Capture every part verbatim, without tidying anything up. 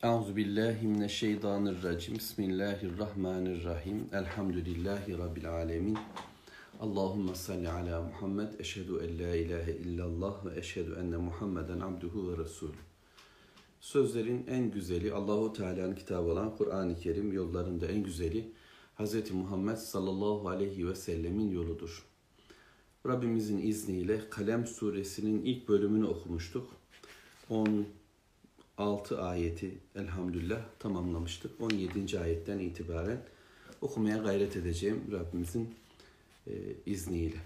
Euzubillahimineşşeytanirracim. Bismillahirrahmanirrahim. Elhamdülillahi Rabbil alemin. Allahümme salli ala Muhammed. Eşhedü en la ilahe illallah ve eşhedü enne Muhammeden abduhu ve resulü. Sözlerin en güzeli Allahu Teala'nın kitabı olan Kur'an-ı Kerim, yollarında en güzeli Hz. Muhammed sallallahu aleyhi ve sellemin yoludur. Rabbimizin izniyle Kalem suresinin ilk bölümünü okumuştuk. on altı ayeti elhamdülillah tamamlamıştık. on yedinci ayetten itibaren okumaya gayret edeceğim Rabbimizin e, izniyle.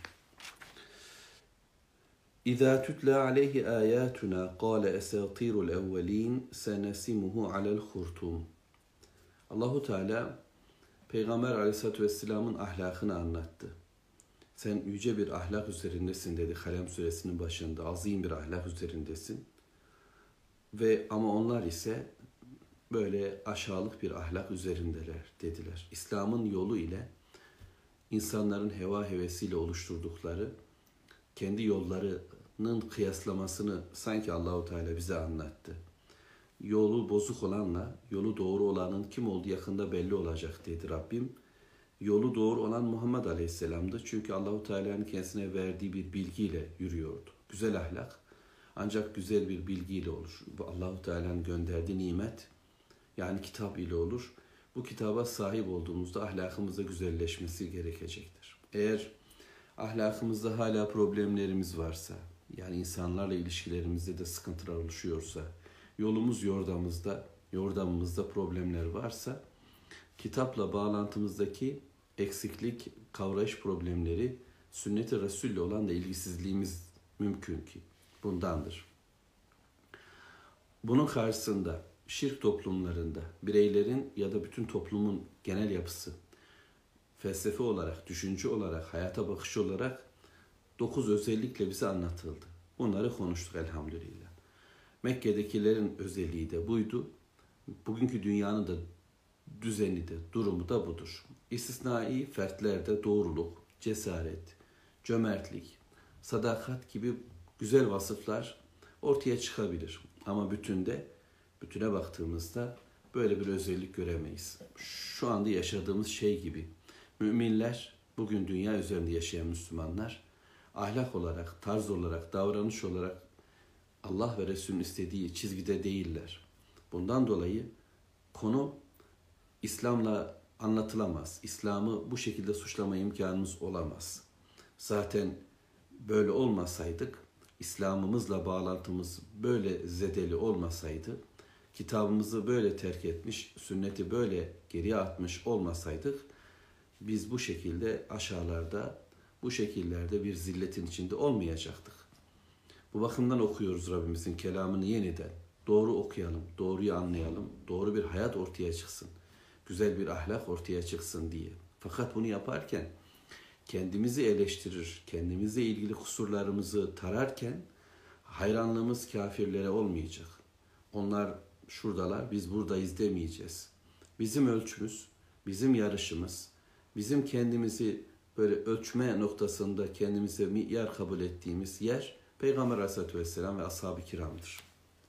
İzâ tutla aleyhi âyâtuna qâle esâtirul evvelîn senesimuhu alel hurtum. Allahu Teala Peygamber Aleyhisselatü Vesselam'ın ahlakını anlattı. Sen yüce bir ahlak üzerindesin dedi Kalem suresinin başında. Azim bir ahlak üzerindesin. Ve ama onlar ise böyle aşağılık bir ahlak üzerindeler dediler. İslam'ın yolu ile insanların heva hevesiyle oluşturdukları kendi yollarının kıyaslamasını sanki Allahu Teala bize anlattı. Yolu bozuk olanla yolu doğru olanın kim olduğu yakında belli olacak dedi Rabbim. Yolu doğru olan Muhammed Aleyhisselam'dı. Çünkü Allahu Teala'nın kendisine verdiği bir bilgiyle yürüyordu. Güzel ahlak ancak güzel bir bilgiyle olur. Bu Allahu Teala'nın gönderdiği nimet, yani kitap ile olur. Bu kitaba sahip olduğumuzda ahlakımızda güzelleşmesi gerekecektir. Eğer ahlakımızda hala problemlerimiz varsa, yani insanlarla ilişkilerimizde de sıkıntılar oluşuyorsa, yolumuz yordamımızda, yordamımızda problemler varsa, kitapla bağlantımızdaki eksiklik, kavrayış problemleri, sünnet-i Resul'le olan da ilgisizliğimiz mümkün ki bundandır. Bunun karşısında şirk toplumlarında bireylerin ya da bütün toplumun genel yapısı, felsefe olarak, düşünce olarak, hayata bakış olarak dokuz özellikle bize anlatıldı. Bunları konuştuk elhamdülillah. Mekke'dekilerin özelliği de buydu. Bugünkü dünyanın da düzeni de, durumu da budur. İstisnai fertlerde doğruluk, cesaret, cömertlik, sadakat gibi güzel vasıflar ortaya çıkabilir. Ama bütünde, bütüne baktığımızda böyle bir özellik göremeyiz. Şu anda yaşadığımız şey gibi. Müminler, bugün dünya üzerinde yaşayan Müslümanlar, ahlak olarak, tarz olarak, davranış olarak Allah ve Resul'ün istediği çizgide değiller. Bundan dolayı konu İslam'la anlatılamaz. İslam'ı bu şekilde suçlama imkanımız olamaz. Zaten böyle olmasaydık, İslam'ımızla bağlantımız böyle zedeli olmasaydı, kitabımızı böyle terk etmiş, sünneti böyle geriye atmış olmasaydık, biz bu şekilde aşağılarda, bu şekillerde bir zilletin içinde olmayacaktık. Bu bakımdan okuyoruz Rabbimizin kelamını yeniden. Doğru okuyalım, doğruyu anlayalım, doğru bir hayat ortaya çıksın, güzel bir ahlak ortaya çıksın diye. Fakat bunu yaparken kendimizi eleştirir, kendimizle ilgili kusurlarımızı tararken hayranlığımız kafirlere olmayacak. Onlar şuradalar, biz buradayız demeyeceğiz. Bizim ölçümüz, bizim yarışımız, bizim kendimizi böyle ölçme noktasında kendimize mi'yar kabul ettiğimiz yer Peygamber Aleyhisselatü Vesselam ve Ashab-ı Kiram'dır.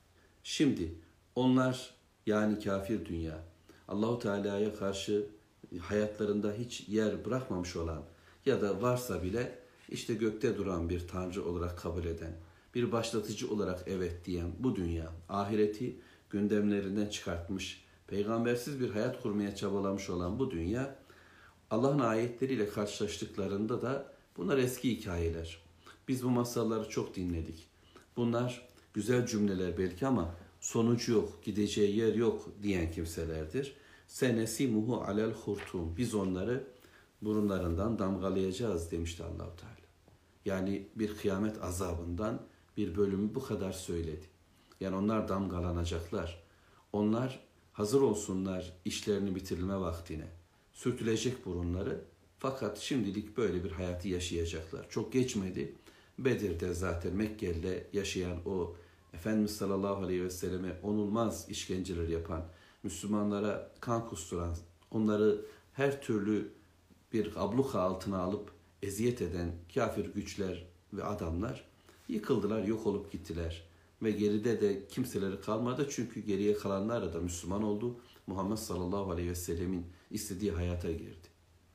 Şimdi onlar, yani kafir dünya, Allahu Teala'ya karşı hayatlarında hiç yer bırakmamış olan ya da varsa bile işte gökte duran bir tanrı olarak kabul eden, bir başlatıcı olarak evet diyen bu dünya, ahireti gündemlerinden çıkartmış, peygambersiz bir hayat kurmaya çabalamış olan bu dünya, Allah'ın ayetleriyle karşılaştıklarında da bunlar eski hikayeler. Biz bu masalları çok dinledik. Bunlar güzel cümleler belki ama sonucu yok, gideceği yer yok diyen kimselerdir. Senesimuhu alel hurtum. Biz onları burunlarından damgalayacağız demişti Allah-u Teala. Yani bir kıyamet azabından bir bölümü bu kadar söyledi. Yani onlar damgalanacaklar. Onlar hazır olsunlar işlerini bitirilme vaktine. Sürtülecek burunları, fakat şimdilik böyle bir hayatı yaşayacaklar. Çok geçmedi. Bedir'de zaten Mekkeli'de yaşayan o Efendimiz sallallahu aleyhi ve selleme onulmaz işkenceler yapan, Müslümanlara kan kusturan, onları her türlü bir abluka altına alıp eziyet eden kafir güçler ve adamlar yıkıldılar, yok olup gittiler. ve geride de kimseleri kalmadı. Çünkü geriye kalanlar da Müslüman oldu. Muhammed sallallahu aleyhi ve sellemin istediği hayata girdi.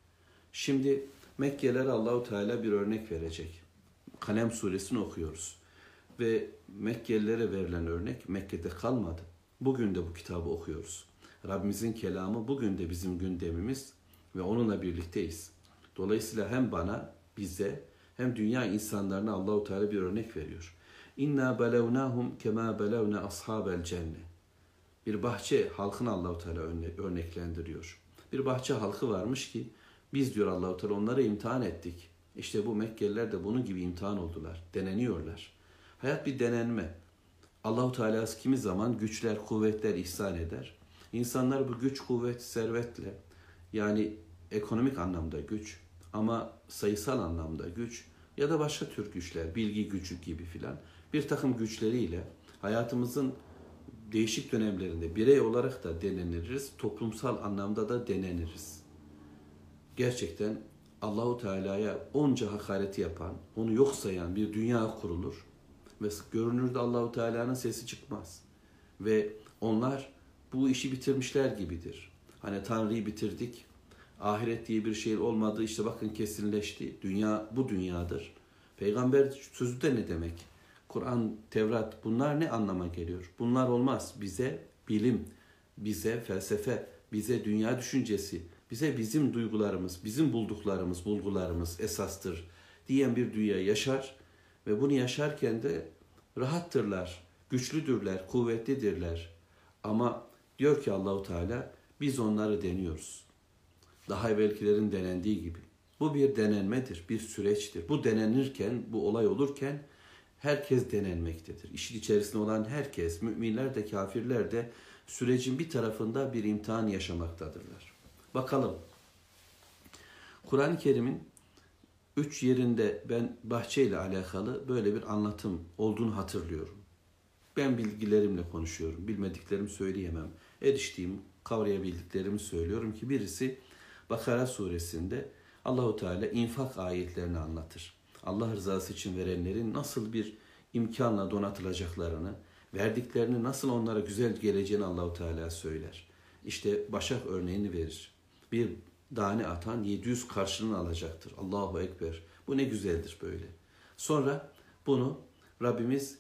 Şimdi Mekkelilere Allahu Teala bir örnek verecek. Kalem suresini okuyoruz. Ve Mekkelilere verilen örnek Mekke'de kalmadı. Bugün de bu kitabı okuyoruz. Rabbimizin kelamı bugün de bizim gündemimiz ve onunla birlikteyiz. Dolayısıyla hem bana, bize hem dünya insanlarına Allahu Teala bir örnek veriyor. İnna belevnahum kema belevna ashabel cennet. Bir bahçe halkını Allahu Teala örneklendiriyor. Bir bahçe halkı varmış ki biz diyor Allahu Teala onları imtihan ettik. İşte bu Mekkeliler de bunun gibi imtihan oldular. Deneniyorlar. Hayat bir denenme. Allahu Teala kimi zaman güçler, kuvvetler ihsan eder. İnsanlar bu güç, kuvvet, servetle yani ekonomik anlamda güç ama sayısal anlamda güç ya da başka tür güçler, bilgi gücü gibi filan bir takım güçleriyle hayatımızın değişik dönemlerinde birey olarak da deneniriz, toplumsal anlamda da deneniriz. Gerçekten Allahu Teala'ya onca hakareti yapan, onu yok sayan bir dünya kurulur ve görünürde Allahu Teala'nın sesi çıkmaz. Ve onlar bu işi bitirmişler gibidir. Hani Tanrı'yı bitirdik, ahiret diye bir şey olmadı, işte bakın kesinleşti. Dünya bu dünyadır. Peygamber sözü de ne demek? Kur'an, Tevrat bunlar ne anlama geliyor? Bunlar olmaz. Bize bilim, bize felsefe, bize dünya düşüncesi, bize bizim duygularımız, bizim bulduklarımız, bulgularımız esastır diyen bir dünya yaşar ve bunu yaşarken de rahattırlar, güçlüdürler, kuvvetlidirler. Ama diyor ki Allahu Teala biz onları deniyoruz. Daha evvelkilerin denendiği gibi. Bu bir denenmedir, bir süreçtir. Bu denenirken, bu olay olurken herkes denenmektedir. İşin içerisinde olan herkes, müminler de kafirler de sürecin bir tarafında bir imtihan yaşamaktadırlar. Bakalım. Kur'an-ı Kerim'in üç yerinde ben bahçeyle alakalı böyle bir anlatım olduğunu hatırlıyorum. Ben bilgilerimle konuşuyorum. Bilmediklerimi söyleyemem. Eriştiğim, kavrayabildiklerimi söylüyorum ki birisi Bakara suresinde Allahu Teala infak ayetlerini anlatır. Allah rızası için verenlerin nasıl bir imkanla donatılacaklarını, verdiklerini nasıl onlara güzel geleceğini Allahu Teala söyler. İşte başak örneğini verir. Bir tane atan yedi yüz karşılığını alacaktır. Allahu Ekber. Bu ne güzeldir böyle. Sonra bunu Rabbimiz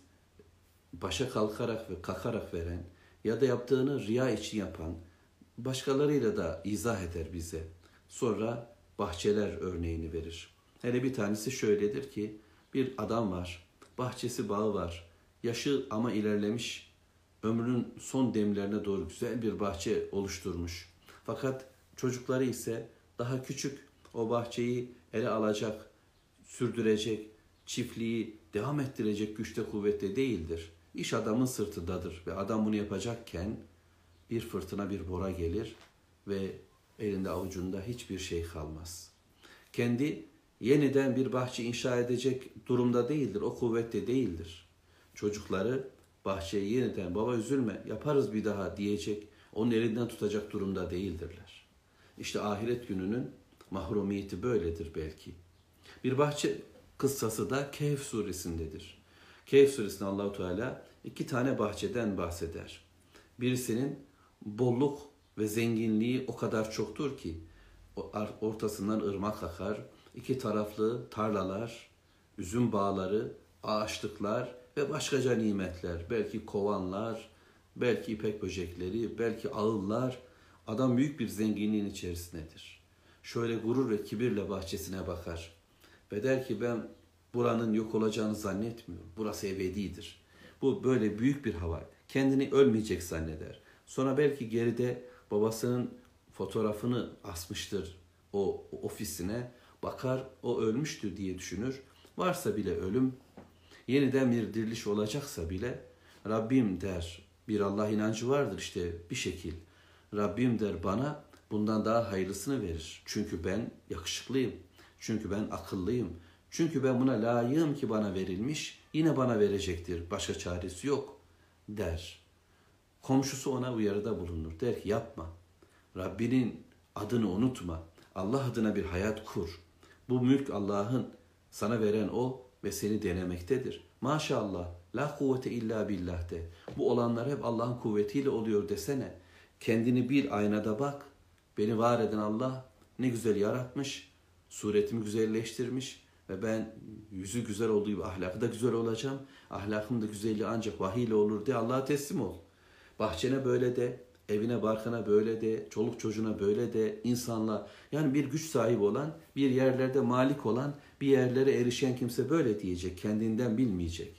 başa kalkarak ve kakarak veren ya da yaptığını riya için yapan başkalarıyla da izah eder bize. Sonra bahçeler örneğini verir. Hele bir tanesi şöyledir ki bir adam var, bahçesi bağı var, yaşı ama ilerlemiş, ömrünün son demlerine doğru güzel bir bahçe oluşturmuş. Fakat çocukları ise daha küçük, o bahçeyi ele alacak, sürdürecek, çiftliği devam ettirecek güçte kuvvette değildir. İş adamın sırtındadır ve adam bunu yapacakken bir fırtına, bir bora gelir ve elinde avucunda hiçbir şey kalmaz. Kendi yeniden bir bahçe inşa edecek durumda değildir, o kuvvette değildir. Çocukları bahçeyi yeniden baba üzülme yaparız bir daha diyecek, onun elinden tutacak durumda değildirler. İşte ahiret gününün mahrumiyeti böyledir belki. Bir bahçe kıssası da Kehf suresindedir. Kehf suresinde Allahu Teala iki tane bahçeden bahseder. Birisinin bolluk ve zenginliği o kadar çoktur ki ortasından ırmak akar, iki taraflı tarlalar, üzüm bağları, ağaçlıklar ve başkaca nimetler, belki kovanlar, belki ipek böcekleri, belki ağıllar. Adam büyük bir zenginliğin içerisindedir. Şöyle gurur ve kibirle bahçesine bakar ve der ki ben buranın yok olacağını zannetmiyorum. Burası ebedidir. Bu böyle büyük bir hava. Kendini ölmeyecek zanneder. Sonra belki geride babasının fotoğrafını asmıştır o, o ofisine. Bakar o ölmüştür diye düşünür. Varsa bile ölüm, yeniden bir diriliş olacaksa bile Rabbim der. Bir Allah inancı vardır işte bir şekil. Rabbim der bana bundan daha hayırlısını verir. Çünkü ben yakışıklıyım. Çünkü ben akıllıyım. Çünkü ben buna layığım ki bana verilmiş. Yine bana verecektir. Başka çaresi yok der. Komşusu ona uyarıda bulunur. Der ki yapma. Rabbinin adını unutma. Allah adına bir hayat kur. Bu mülk Allah'ın, sana veren o ve seni denemektedir. Maşallah La kuvvete illa billah de. Bu olanlar hep Allah'ın kuvvetiyle oluyor desene. Kendini bir aynada bak. Beni var eden Allah ne güzel yaratmış. Suretimi güzelleştirmiş. Ve ben yüzü güzel olduğu gibi ahlakı da güzel olacağım. Ahlakım da güzelliği ancak vahiyle olur diye Allah'a teslim ol. Bahçene böyle de, evine barkına böyle de, çoluk çocuğuna böyle de, insanla yani bir güç sahibi olan, bir yerlerde malik olan, bir yerlere erişen kimse böyle diyecek, kendinden bilmeyecek.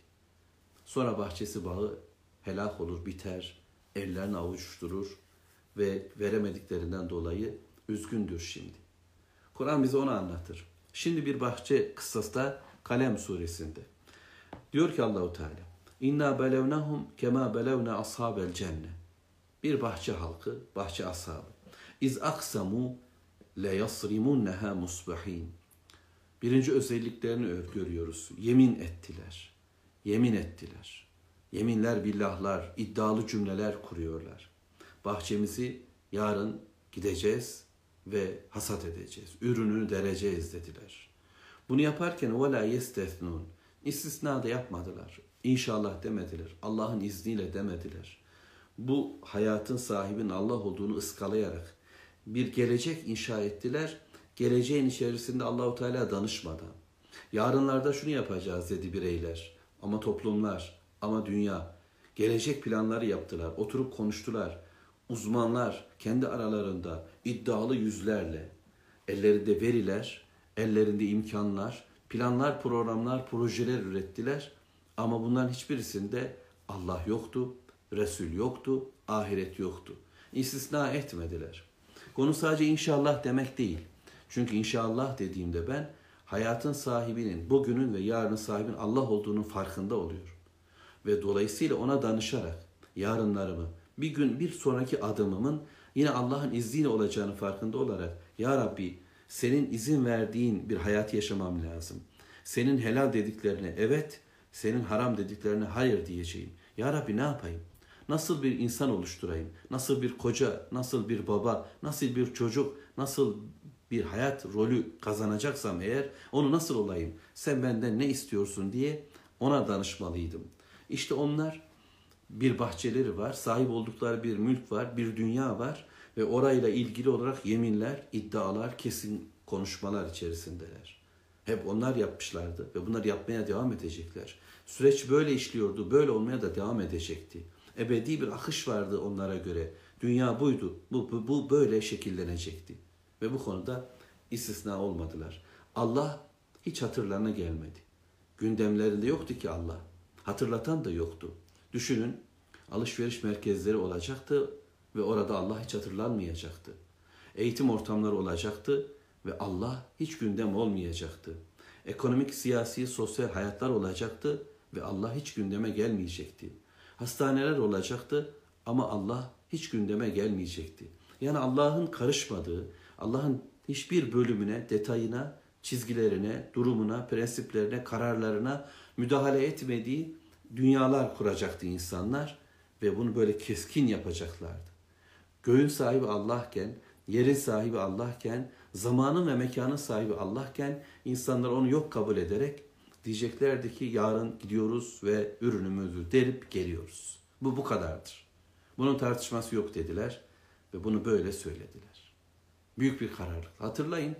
Sonra bahçesi bağı helak olur, biter, ellerini avuşturur ve veremediklerinden dolayı üzgündür şimdi. Kur'an bize onu anlatır. Şimdi bir bahçe kıssası Kalem suresinde. Diyor ki Allahu Teala: İnna belevnahum kema belevna ashabel cennet. Bir bahçe halkı, bahçe ashabı. İz aksamu le yasrimunha musbihin. Birinci özelliklerini görüyoruz. Yemin ettiler. Yemin ettiler. Yeminler, billahlar, iddialı cümleler kuruyorlar. Bahçemizi yarın gideceğiz ve hasat edeceğiz. Ürününü dereceğiz dediler. Bunu yaparken وَلَا يَسْتَثْنُونَ İstisna da yapmadılar. İnşallah demediler. Allah'ın izniyle demediler. Bu hayatın sahibinin Allah olduğunu ıskalayarak bir gelecek inşa ettiler. Geleceğin içerisinde Allahu Teala danışmadan. Yarınlarda şunu yapacağız dedi bireyler. Ama toplumlar, ama dünya. Gelecek planları yaptılar. Oturup konuştular. Uzmanlar kendi aralarında iddialı yüzlerle ellerinde veriler, ellerinde imkanlar, planlar, programlar, projeler ürettiler. Ama bunların hiçbirisinde Allah yoktu, Resul yoktu, ahiret yoktu. İstisna etmediler. Konu sadece inşallah demek değil. Çünkü inşallah dediğimde ben hayatın sahibinin, bugünün ve yarının sahibinin Allah olduğunun farkında oluyorum. Ve dolayısıyla ona danışarak yarınlarımı, bir gün bir sonraki adımımın yine Allah'ın izniyle olacağını farkında olarak Ya Rabbi senin izin verdiğin bir hayat yaşamam lazım. Senin helal dediklerine evet, senin haram dediklerine hayır diyeceğim. Ya Rabbi ne yapayım? Nasıl bir insan oluşturayım? Nasıl bir koca, nasıl bir baba, nasıl bir çocuk, nasıl bir hayat rolü kazanacaksam eğer onu nasıl olayım? Sen benden ne istiyorsun diye ona danışmalıydım. İşte onlar bir bahçeleri var, sahip oldukları bir mülk var, bir dünya var ve orayla ilgili olarak yeminler, iddialar, kesin konuşmalar içerisindeler. Hep onlar yapmışlardı ve bunlar yapmaya devam edecekler. Süreç böyle işliyordu, böyle olmaya da devam edecekti. Ebedi bir akış vardı onlara göre. Dünya buydu, bu, bu, bu böyle şekillenecekti. Ve bu konuda istisna olmadılar. Allah hiç hatırlarına gelmedi. Gündemlerinde yoktu ki Allah. Hatırlatan da yoktu. Düşünün, alışveriş merkezleri olacaktı ve orada Allah hiç hatırlanmayacaktı. Eğitim ortamları olacaktı ve Allah hiç gündem olmayacaktı. Ekonomik, siyasi, sosyal hayatlar olacaktı ve Allah hiç gündeme gelmeyecekti. Hastaneler olacaktı ama Allah hiç gündeme gelmeyecekti. Yani Allah'ın karışmadığı, Allah'ın hiçbir bölümüne, detayına, çizgilerine, durumuna, prensiplerine, kararlarına müdahale etmediği dünyalar kuracaktı insanlar ve bunu böyle keskin yapacaklardı. Göğün sahibi Allah'ken, yerin sahibi Allah'ken, zamanın ve mekanın sahibi Allah'ken insanlar onu yok kabul ederek diyeceklerdi ki yarın gidiyoruz ve ürünümüzü derip geliyoruz. Bu bu kadardır. Bunun tartışması yok dediler ve bunu böyle söylediler. Büyük bir kararlılık. Hatırlayın,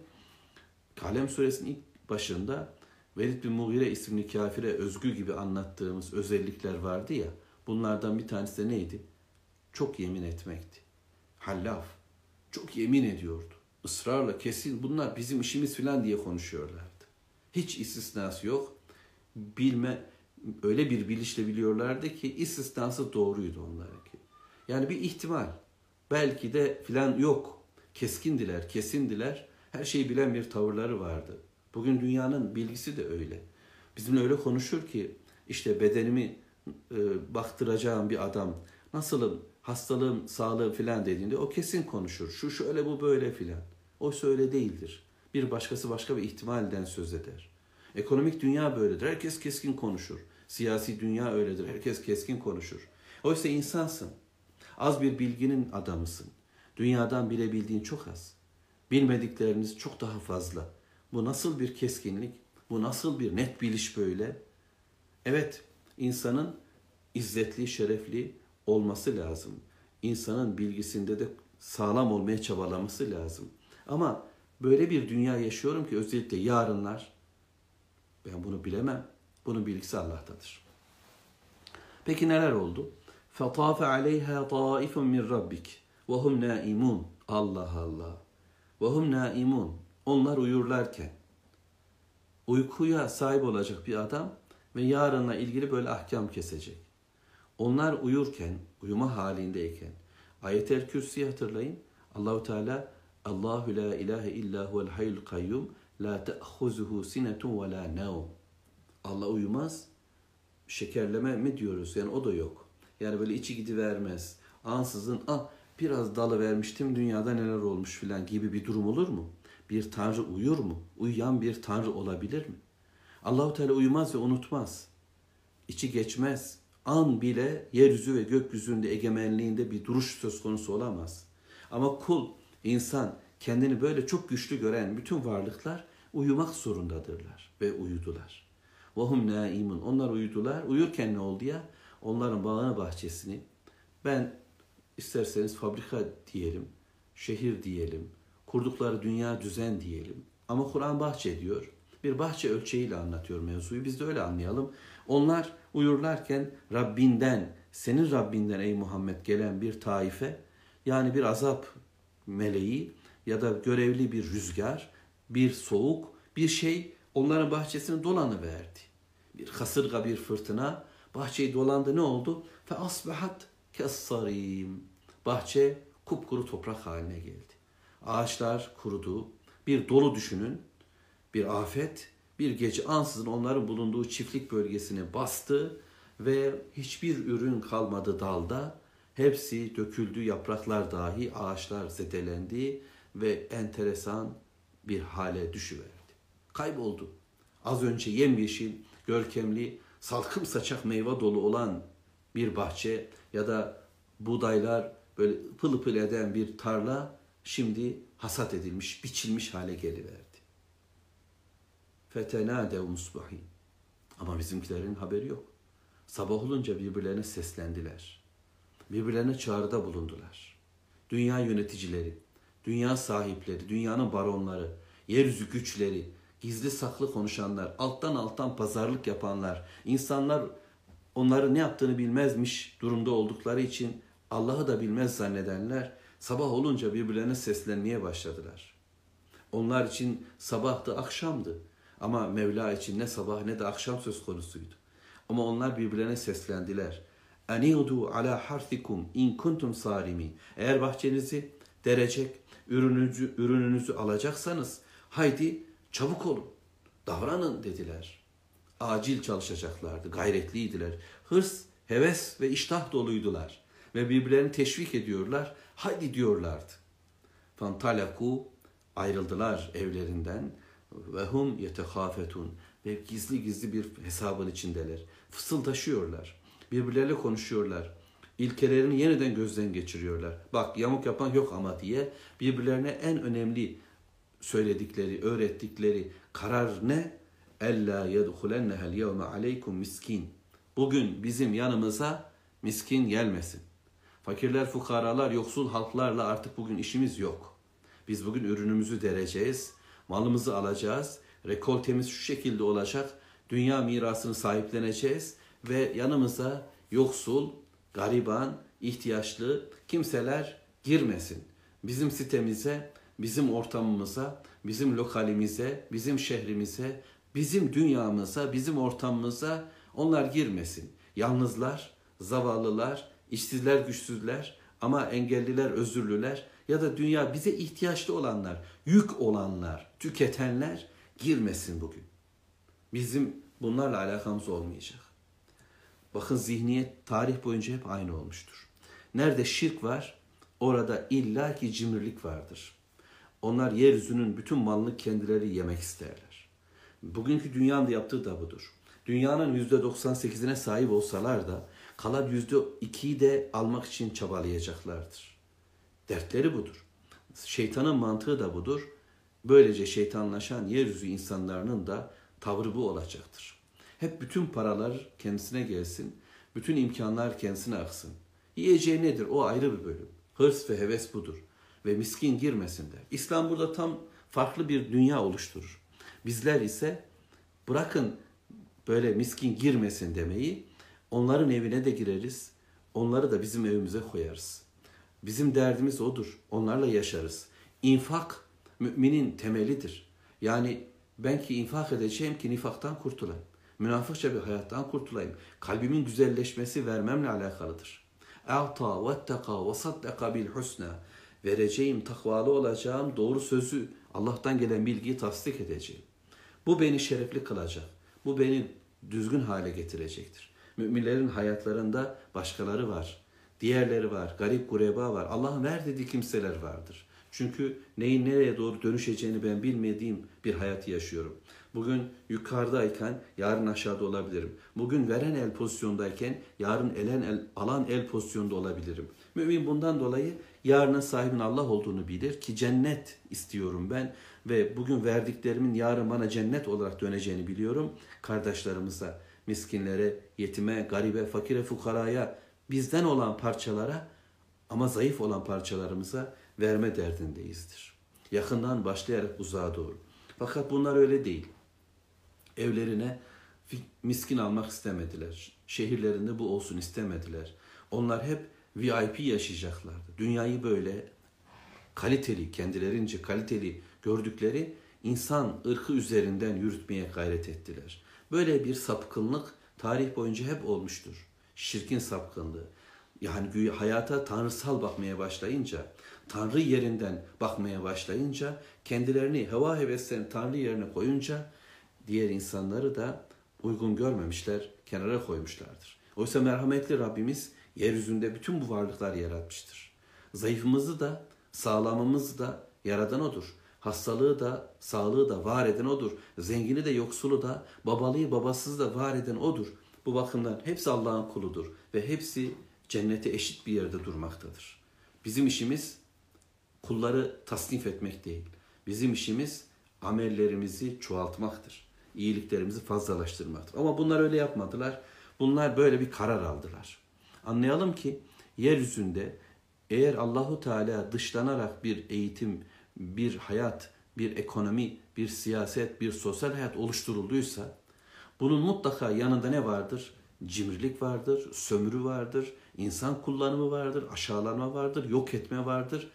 Kalem suresinin ilk başında Velid bin Mughire isimli kafire özgü gibi anlattığımız özellikler vardı ya, bunlardan bir tanesi de neydi? Çok yemin etmekti. Hallaf, çok yemin ediyordu. Israrla, kesin bunlar bizim işimiz falan diye konuşuyorlardı. Hiç istisnası yok. Bilme, öyle bir bilinçle biliyorlardı ki istisnası doğruydu onlarınki. Yani bir ihtimal. Belki de filan yok. Keskindiler, kesindiler. Her şeyi bilen bir tavırları vardı. Bugün dünyanın bilgisi de öyle. Bizimle öyle konuşur ki işte bedenimi e, baktıracağım bir adam nasılım, hastalığım, sağlığım filan dediğinde o kesin konuşur. Şu şöyle bu böyle filan. Oysa öyle değildir. Bir başkası başka bir ihtimalden söz eder. Ekonomik dünya böyledir. Herkes keskin konuşur. Siyasi dünya öyledir. Herkes keskin konuşur. Oysa insansın. Az bir bilginin adamısın. Dünyadan bilebildiğin çok az. Bilmedikleriniz çok daha fazla. Bu nasıl bir keskinlik? Bu nasıl bir net biliş böyle? Evet, insanın izzetli, şerefli olması lazım. İnsanın bilgisinde de sağlam olmaya çabalaması lazım. Ama böyle bir dünya yaşıyorum ki özellikle yarınlar, ben bunu bilemem. Bunun bilgisi Allah'tadır. Peki neler oldu? فَطَافَ عَلَيْهَا طَائِفٌ مِّنْ رَبِّكَ وَهُمْ نَائِمُونَ. Allah Allah. وَهُمْ نَائِمُونَ. Onlar uyurlarken. Uykuya sahip olacak bir adam ve yarınla ilgili böyle ahkam kesecek. Onlar uyurken, uyuma halindeyken, Ayet-el Kürsi'yi hatırlayın. Allahu Teala, Allahu la ilahe illa huvel hayyul kayyum la ta'khuzuhu sinetun ve la nevm. Allah uyumaz. Şekerleme mi diyoruz? Yani o da yok. Yani böyle içi gidivermez. Ansızın ah biraz dalı vermiştim dünyada neler olmuş filan gibi bir durum olur mu? Bir tanrı uyur mu? Uyuyan bir tanrı olabilir mi? Allahu Teala uyumaz ve unutmaz. İçi geçmez. An bile yeryüzü ve gökyüzünde egemenliğinde bir duruş söz konusu olamaz. Ama kul, insan, kendini böyle çok güçlü gören bütün varlıklar uyumak zorundadırlar ve uyudular. وَهُمْ نَائِمُونَ. Onlar uyudular. Uyurken ne oldu ya? Onların bağını bahçesini, ben isterseniz fabrika diyelim, şehir diyelim, kurdukları dünya düzen diyelim. Ama Kur'an bahçe diyor. Bir bahçe ölçeğiyle anlatıyor mevzuyu. Biz de öyle anlayalım. Onlar uyurlarken Rabbinden, senin Rabbinden ey Muhammed gelen bir taife, yani bir azap meleği ya da görevli bir rüzgar, bir soğuk, bir şey onların bahçesini dolanıverdi. Bir kasırga, bir fırtına bahçeyi dolandı. Ne oldu? فَأَصْبَحَتْ كَالصَّرِيمِ. Bahçe kupkuru toprak haline geldi. Ağaçlar kurudu. Bir dolu düşünün. Bir afet, bir gece ansızın onların bulunduğu çiftlik bölgesine bastı ve hiçbir ürün kalmadı dalda. Hepsi döküldü, yapraklar dahi, ağaçlar zedelendi ve enteresan bir hale düşüverdi. Kayboldu. Az önce yemyeşil, görkemli, salkım saçak meyve dolu olan bir bahçe ya da buğdaylar böyle pıl pıl eden bir tarla şimdi hasat edilmiş, biçilmiş hale geliverdi. فَتَنَادَوْ مُصْبَحِينَ. Ama bizimkilerin haberi yok. Sabah olunca birbirlerine seslendiler. Birbirlerine çağrıda bulundular. Dünya yöneticileri, dünya sahipleri, dünyanın baronları, yeryüzü güçleri, gizli saklı konuşanlar, alttan alttan pazarlık yapanlar, insanlar onların ne yaptığını bilmezmiş durumda oldukları için Allah'ı da bilmez zannedenler sabah olunca birbirlerine seslenmeye başladılar. Onlar için sabahtı, akşamdı. Ama Mevla için ne sabah ne de akşam söz konusuydu. Ama onlar birbirlerine seslendiler. اَنِيُدُوا عَلَى حَرْثِكُمْ اِنْ كُنْتُمْ صَارِمِينَ. Eğer bahçenizi derecek, ürününüzü, ürününüzü alacaksanız haydi çabuk olun, davranın dediler. Acil çalışacaklardı, gayretliydiler. Hırs, heves ve iştah doluydular. Ve birbirlerini teşvik ediyorlar, haydi diyorlardı. فَانْطَلَقُوا. Ayrıldılar evlerinden. Ve hum yetehafetun. Ve gizli gizli bir hesabın içindeler. Fısıldaşıyorlar. Birbirleriyle konuşuyorlar. İlkelerini yeniden gözden geçiriyorlar. Bak yamuk yapan yok ama diye birbirlerine en önemli söyledikleri, öğrettikleri karar ne? Ella yedhulennehel yevme aleykum miskin. Bugün bizim yanımıza miskin gelmesin. Fakirler, fukaralar, yoksul halklarla artık bugün işimiz yok. Biz bugün ürünümüzü dereceğiz. Malımızı alacağız. Rekoltemiz şu şekilde olacak. Dünya mirasını sahipleneceğiz. Ve yanımıza yoksul, gariban, ihtiyaçlı kimseler girmesin. Bizim sitemize, bizim ortamımıza, bizim lokalimize, bizim şehrimize, bizim dünyamıza, bizim ortamımıza onlar girmesin. Yalnızlar, zavallılar, işsizler, güçsüzler ama engelliler, özürlüler ya da dünya bize ihtiyaçlı olanlar, yük olanlar, tüketenler girmesin bugün. Bizim bunlarla alakamız olmayacak. Bakın zihniyet tarih boyunca hep aynı olmuştur. Nerede şirk var, orada illaki cimrilik vardır. Onlar yeryüzünün bütün malını kendileri yemek isterler. Bugünkü dünyanın da yaptığı da budur. Dünyanın yüzde doksan sekizine sahip olsalar da kalan yüzde ikiyi de almak için çabalayacaklardır. Dertleri budur. Şeytanın mantığı da budur. Böylece şeytanlaşan yeryüzü insanlarının da tavrı bu olacaktır. Hep bütün paralar kendisine gelsin, bütün imkanlar kendisine aksın. Yiyeceği nedir? O ayrı bir bölüm. Hırs ve heves budur. Ve miskin girmesin der. İslam burada tam farklı bir dünya oluşturur. Bizler ise bırakın böyle miskin girmesin demeyi, onların evine de gireriz, onları da bizim evimize koyarız. Bizim derdimiz odur, onlarla yaşarız. İnfak müminin temelidir. Yani ben ki infak edeceğim ki nifaktan kurtulayım. Münafıkça bir hayattan kurtulayım. Kalbimin güzelleşmesi vermemle alakalıdır. A'ta vetteka ve saddaka bil husna. Vereceğim, takvalı olacağım, doğru sözü, Allah'tan gelen bilgiyi tasdik edeceğim. Bu beni şerefli kılacak. Bu beni düzgün hale getirecektir. Müminlerin hayatlarında başkaları var. Diğerleri var. Garip gureba var. Allah'ın ver dediği kimseler vardır. Çünkü neyin nereye doğru dönüşeceğini ben bilmediğim bir hayatı yaşıyorum. Bugün yukarıdayken yarın aşağıda olabilirim. Bugün veren el pozisyondayken yarın elen el, alan el pozisyonda olabilirim. Mümin bundan dolayı yarının sahibinin Allah olduğunu bilir ki cennet istiyorum ben ve bugün verdiklerimin yarın bana cennet olarak döneceğini biliyorum. Kardeşlerimize, miskinlere, yetime, garibe, fakire, fukaraya, bizden olan parçalara ama zayıf olan parçalarımıza verme derdindeyizdir. Yakından başlayarak uzağa doğru. Fakat bunlar öyle değil. Evlerine miskin almak istemediler. Şehirlerinde bu olsun istemediler. Onlar hep V I P yaşayacaklardı. Dünyayı böyle kaliteli, kendilerince kaliteli gördükleri insan ırkı üzerinden yürütmeye gayret ettiler. Böyle bir sapkınlık tarih boyunca hep olmuştur. Şirkin sapkınlığı. Yani hayata tanrısal bakmaya başlayınca, Tanrı yerinden bakmaya başlayınca, kendilerini heva heveslerini Tanrı yerine koyunca diğer insanları da uygun görmemişler, kenara koymuşlardır. Oysa merhametli Rabbimiz yeryüzünde bütün bu varlıklar yaratmıştır. Zayıfımızı da, sağlamımızı da yaradan O'dur. Hastalığı da, sağlığı da var eden O'dur. Zengini de, yoksulu da, babalıyı, babasızı da var eden O'dur. Bu bakımdan hepsi Allah'ın kuludur ve hepsi cennete eşit bir yerde durmaktadır. Bizim işimiz kulları tasnif etmek değil. Bizim işimiz amellerimizi çoğaltmaktır. İyiliklerimizi fazlalaştırmaktır. Ama bunlar öyle yapmadılar. Bunlar böyle bir karar aldılar. Anlayalım ki yeryüzünde eğer Allahu Teala dışlanarak bir eğitim, bir hayat, bir ekonomi, bir siyaset, bir sosyal hayat oluşturulduysa bunun mutlaka yanında ne vardır? Cimrilik vardır, sömürü vardır, insan kullanımı vardır, aşağılanma vardır, yok etme vardır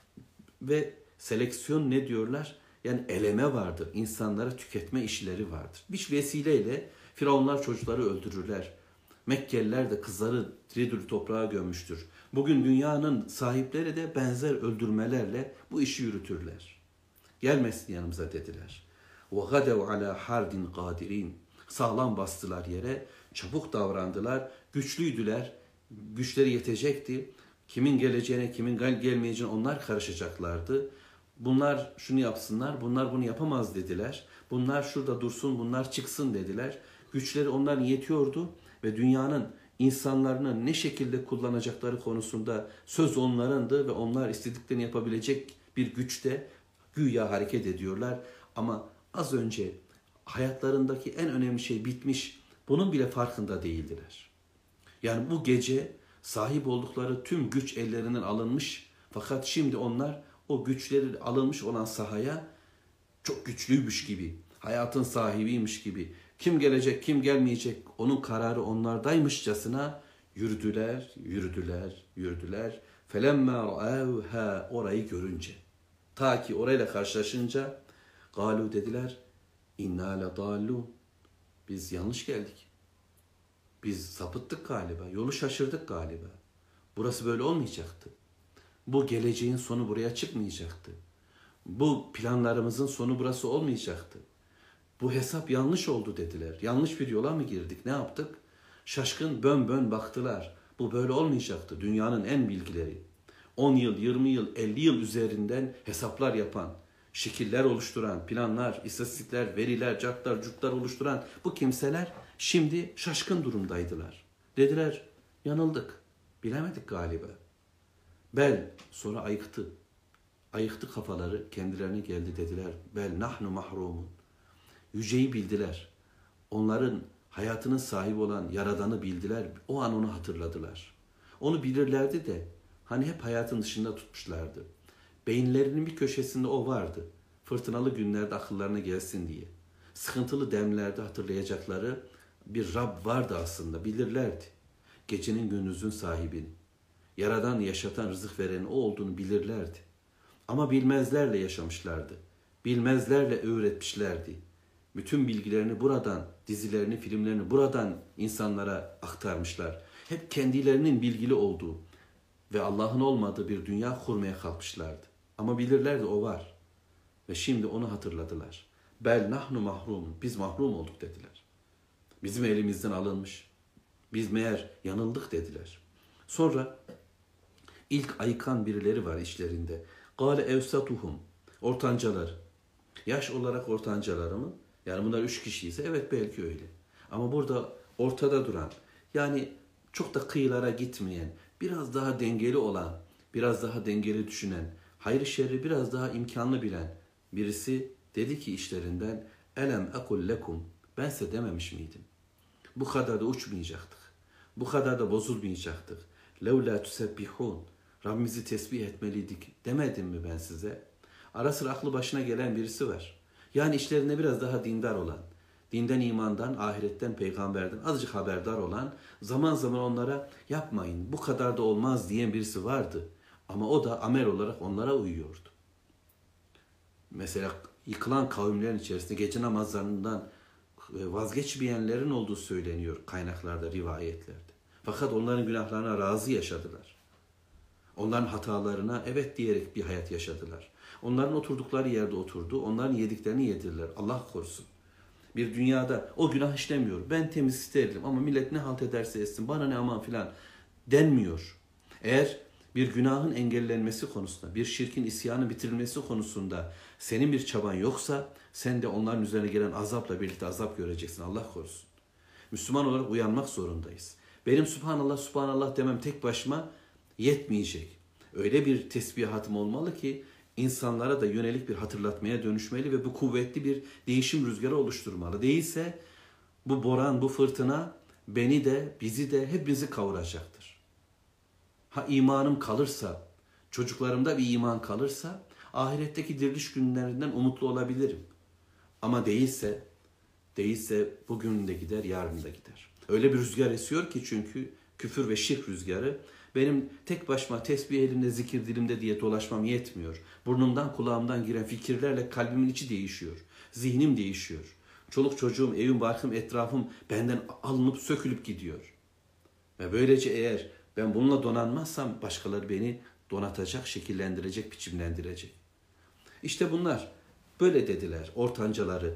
ve seleksiyon ne diyorlar? Yani eleme vardır, insanlara tüketme işleri vardır. Bir vesileyle Firavunlar çocukları öldürürler. Mekkeliler de kızları diri diri toprağa gömmüştür. Bugün dünyanın sahipleri de benzer öldürmelerle bu işi yürütürler. Gelmesin yanımıza dediler. وَغَدَوْ عَلَى حَرْدٍ قَادِرِينَ Sağlam bastılar yere, çabuk davrandılar, güçlüydüler, güçleri yetecekti. Kimin geleceğine, kimin gelmeyeceğine onlar karışacaklardı. Bunlar şunu yapsınlar, bunlar bunu yapamaz dediler. Bunlar şurada dursun, bunlar çıksın dediler. Güçleri onların yetiyordu ve dünyanın insanlarını ne şekilde kullanacakları konusunda söz onlarındı ve onlar istediklerini yapabilecek bir güçte güya hareket ediyorlar. Ama az önce hayatlarındaki en önemli şey bitmiş, bunun bile farkında değildiler. Yani bu gece sahip oldukları tüm güç ellerinden alınmış fakat şimdi onlar o güçleri alınmış olan sahaya çok güçlüymüş gibi, hayatın sahibiymiş gibi, kim gelecek, kim gelmeyecek, onun kararı onlardaymışçasına yürüdüler, yürüdüler, yürüdüler. فَلَمَّا رَأَوْهَا Orayı görünce, ta ki orayla karşılaşınca, قَالُوا dediler, اِنَّا لَضَالُّونَ Biz yanlış geldik. Biz sapıttık galiba, yolu şaşırdık galiba. Burası böyle olmayacaktı. Bu geleceğin sonu buraya çıkmayacaktı. Bu planlarımızın sonu burası olmayacaktı. Bu hesap yanlış oldu dediler. Yanlış bir yola mı girdik? Ne yaptık? Şaşkın bön bön baktılar. Bu böyle olmayacaktı. Dünyanın en bilgileri. on yıl, yirmi yıl, elli yıl üzerinden hesaplar yapan, şekiller oluşturan, planlar, istatistikler, veriler, cartlar, curtlar oluşturan bu kimseler şimdi şaşkın durumdaydılar. Dediler, yanıldık. Bilemedik galiba. Bel, sonra ayıktı. Ayıktı kafaları, kendilerine geldi dediler. Bel nahnu mahrumun. Yüceyi bildiler. Onların hayatının sahibi olan Yaradan'ı bildiler. O an onu hatırladılar. Onu bilirlerdi de hani hep hayatın dışında tutmuşlardı. Beyinlerinin bir köşesinde o vardı. Fırtınalı günlerde akıllarına gelsin diye. Sıkıntılı demlerde hatırlayacakları bir Rab vardı aslında, bilirlerdi. Gecenin gündüzün sahibini, Yaradan, yaşatan, rızık verenin o olduğunu bilirlerdi. Ama bilmezlerle yaşamışlardı. Bilmezlerle öğretmişlerdi. Bütün bilgilerini buradan, dizilerini, filmlerini buradan insanlara aktarmışlar. Hep kendilerinin bilgili olduğu ve Allah'ın olmadığı bir dünya kurmaya kalkmışlardı. Ama bilirlerdi o var. Ve şimdi onu hatırladılar. Bel nahnu mahrum. Biz mahrum olduk dediler. Bizim elimizden alınmış. Biz meğer yanıldık dediler. Sonra ilk ayıkan birileri var işlerinde. Gâle evsatuhum. Ortancalar. Yaş olarak ortancaları mı? Yani bunlar üç kişi ise evet belki öyle. Ama burada ortada duran, yani çok da kıyılara gitmeyen, biraz daha dengeli olan, biraz daha dengeli düşünen, hayır şerri biraz daha imkanlı bilen birisi dedi ki işlerinden, elem ekul lekum, ben size dememiş miydim? Bu kadar da uçmayacaktık. Bu kadar da bozulmayacaktık. Levla tusebbihun. Rabbimizi tesbih etmeliydik demedim mi ben size? Ara sıra aklı başına gelen birisi var. Yani işlerinde biraz daha dindar olan, dinden, imandan, ahiretten, peygamberden azıcık haberdar olan, zaman zaman onlara yapmayın, bu kadar da olmaz diyen birisi vardı. Ama o da amel olarak onlara uyuyordu. Mesela yıkılan kavimlerin içerisinde gece namazlarından vazgeçmeyenlerin olduğu söyleniyor kaynaklarda, rivayetlerde. Fakat onların günahlarına razı yaşadılar. Onların hatalarına evet diyerek bir hayat yaşadılar. Onların oturdukları yerde oturdu, onların yediklerini yedirdiler. Allah korusun. Bir dünyada o günah işlemiyor. Ben temiz isterim ama millet ne halt ederse etsin, bana ne aman filan denmiyor. Eğer bir günahın engellenmesi konusunda, bir şirkin, isyanın bitirilmesi konusunda senin bir çaban yoksa sen de onların üzerine gelen azapla birlikte azap göreceksin. Allah korusun. Müslüman olarak uyanmak zorundayız. Benim Subhanallah, Subhanallah demem tek başıma yetmeyecek. Öyle bir tesbihatım olmalı ki insanlara da yönelik bir hatırlatmaya dönüşmeli ve bu kuvvetli bir değişim rüzgarı oluşturmalı. Değilse bu boran, bu fırtına beni de, bizi de hepimizi kavuracaktır. Ha imanım kalırsa, çocuklarımda bir iman kalırsa ahiretteki diriliş günlerinden umutlu olabilirim. Ama değilse, değilse bugün de gider, yarın da gider. Öyle bir rüzgar esiyor ki çünkü küfür ve şirk rüzgarı. Benim tek başıma tesbih elimde, zikir dilimde diye dolaşmam yetmiyor. Burnumdan kulağımdan giren fikirlerle kalbimin içi değişiyor. Zihnim değişiyor. Çoluk çocuğum, evim, barkım, etrafım benden alınıp sökülüp gidiyor. Ve böylece eğer ben bununla donanmazsam başkaları beni donatacak, şekillendirecek, biçimlendirecek. İşte bunlar böyle dediler ortancaları.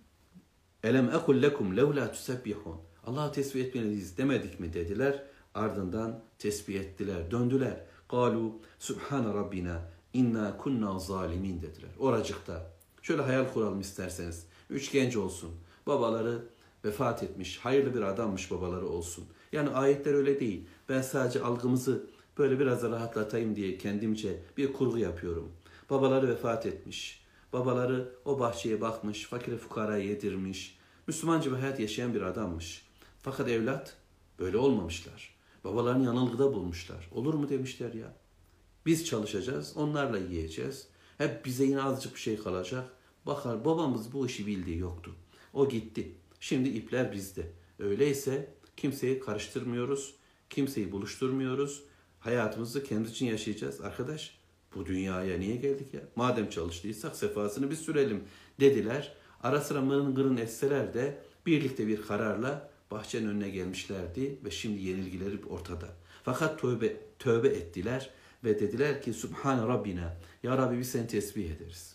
Elem ekul lekum levla tusebbihun. Allah'ı tesbih etmeliyiz demedik mi dediler. Ardından tesbih ettiler, döndüler. Kalu Subhane Rabbina inna kunna zalimin dediler. Oracıkta. Şöyle hayal kuralım isterseniz. Üç genç olsun. Babaları vefat etmiş. Hayırlı bir adammış babaları olsun. Yani ayetler öyle değil. Ben sadece algımızı böyle biraz da rahatlatayım diye kendimce bir kurgu yapıyorum. Babaları vefat etmiş. Babaları o bahçeye bakmış. Fakire fukaraya yedirmiş. Müslümanca bir hayat yaşayan bir adammış. Fakat evlat böyle olmamışlar. Babalarını yanılgıda bulmuşlar. Olur mu demişler ya. Biz çalışacağız, onlarla yiyeceğiz. Hep bize yine azıcık bir şey kalacak. Bakar babamız bu işi bildiği yoktu. O gitti. Şimdi ipler bizde. Öyleyse kimseyi karıştırmıyoruz. Kimseyi buluşturmuyoruz. Hayatımızı kendimiz için yaşayacağız. Arkadaş bu dünyaya niye geldik ya? Madem çalıştıysak sefasını bir sürelim dediler. Ara sıra mırın gırın etseler de birlikte bir kararla bahçenin önüne gelmişlerdi ve şimdi yenilgileri ortada. Fakat tövbe, tövbe ettiler ve dediler ki Subhane Rabbina, ya Rabbi biz seni tesbih ederiz.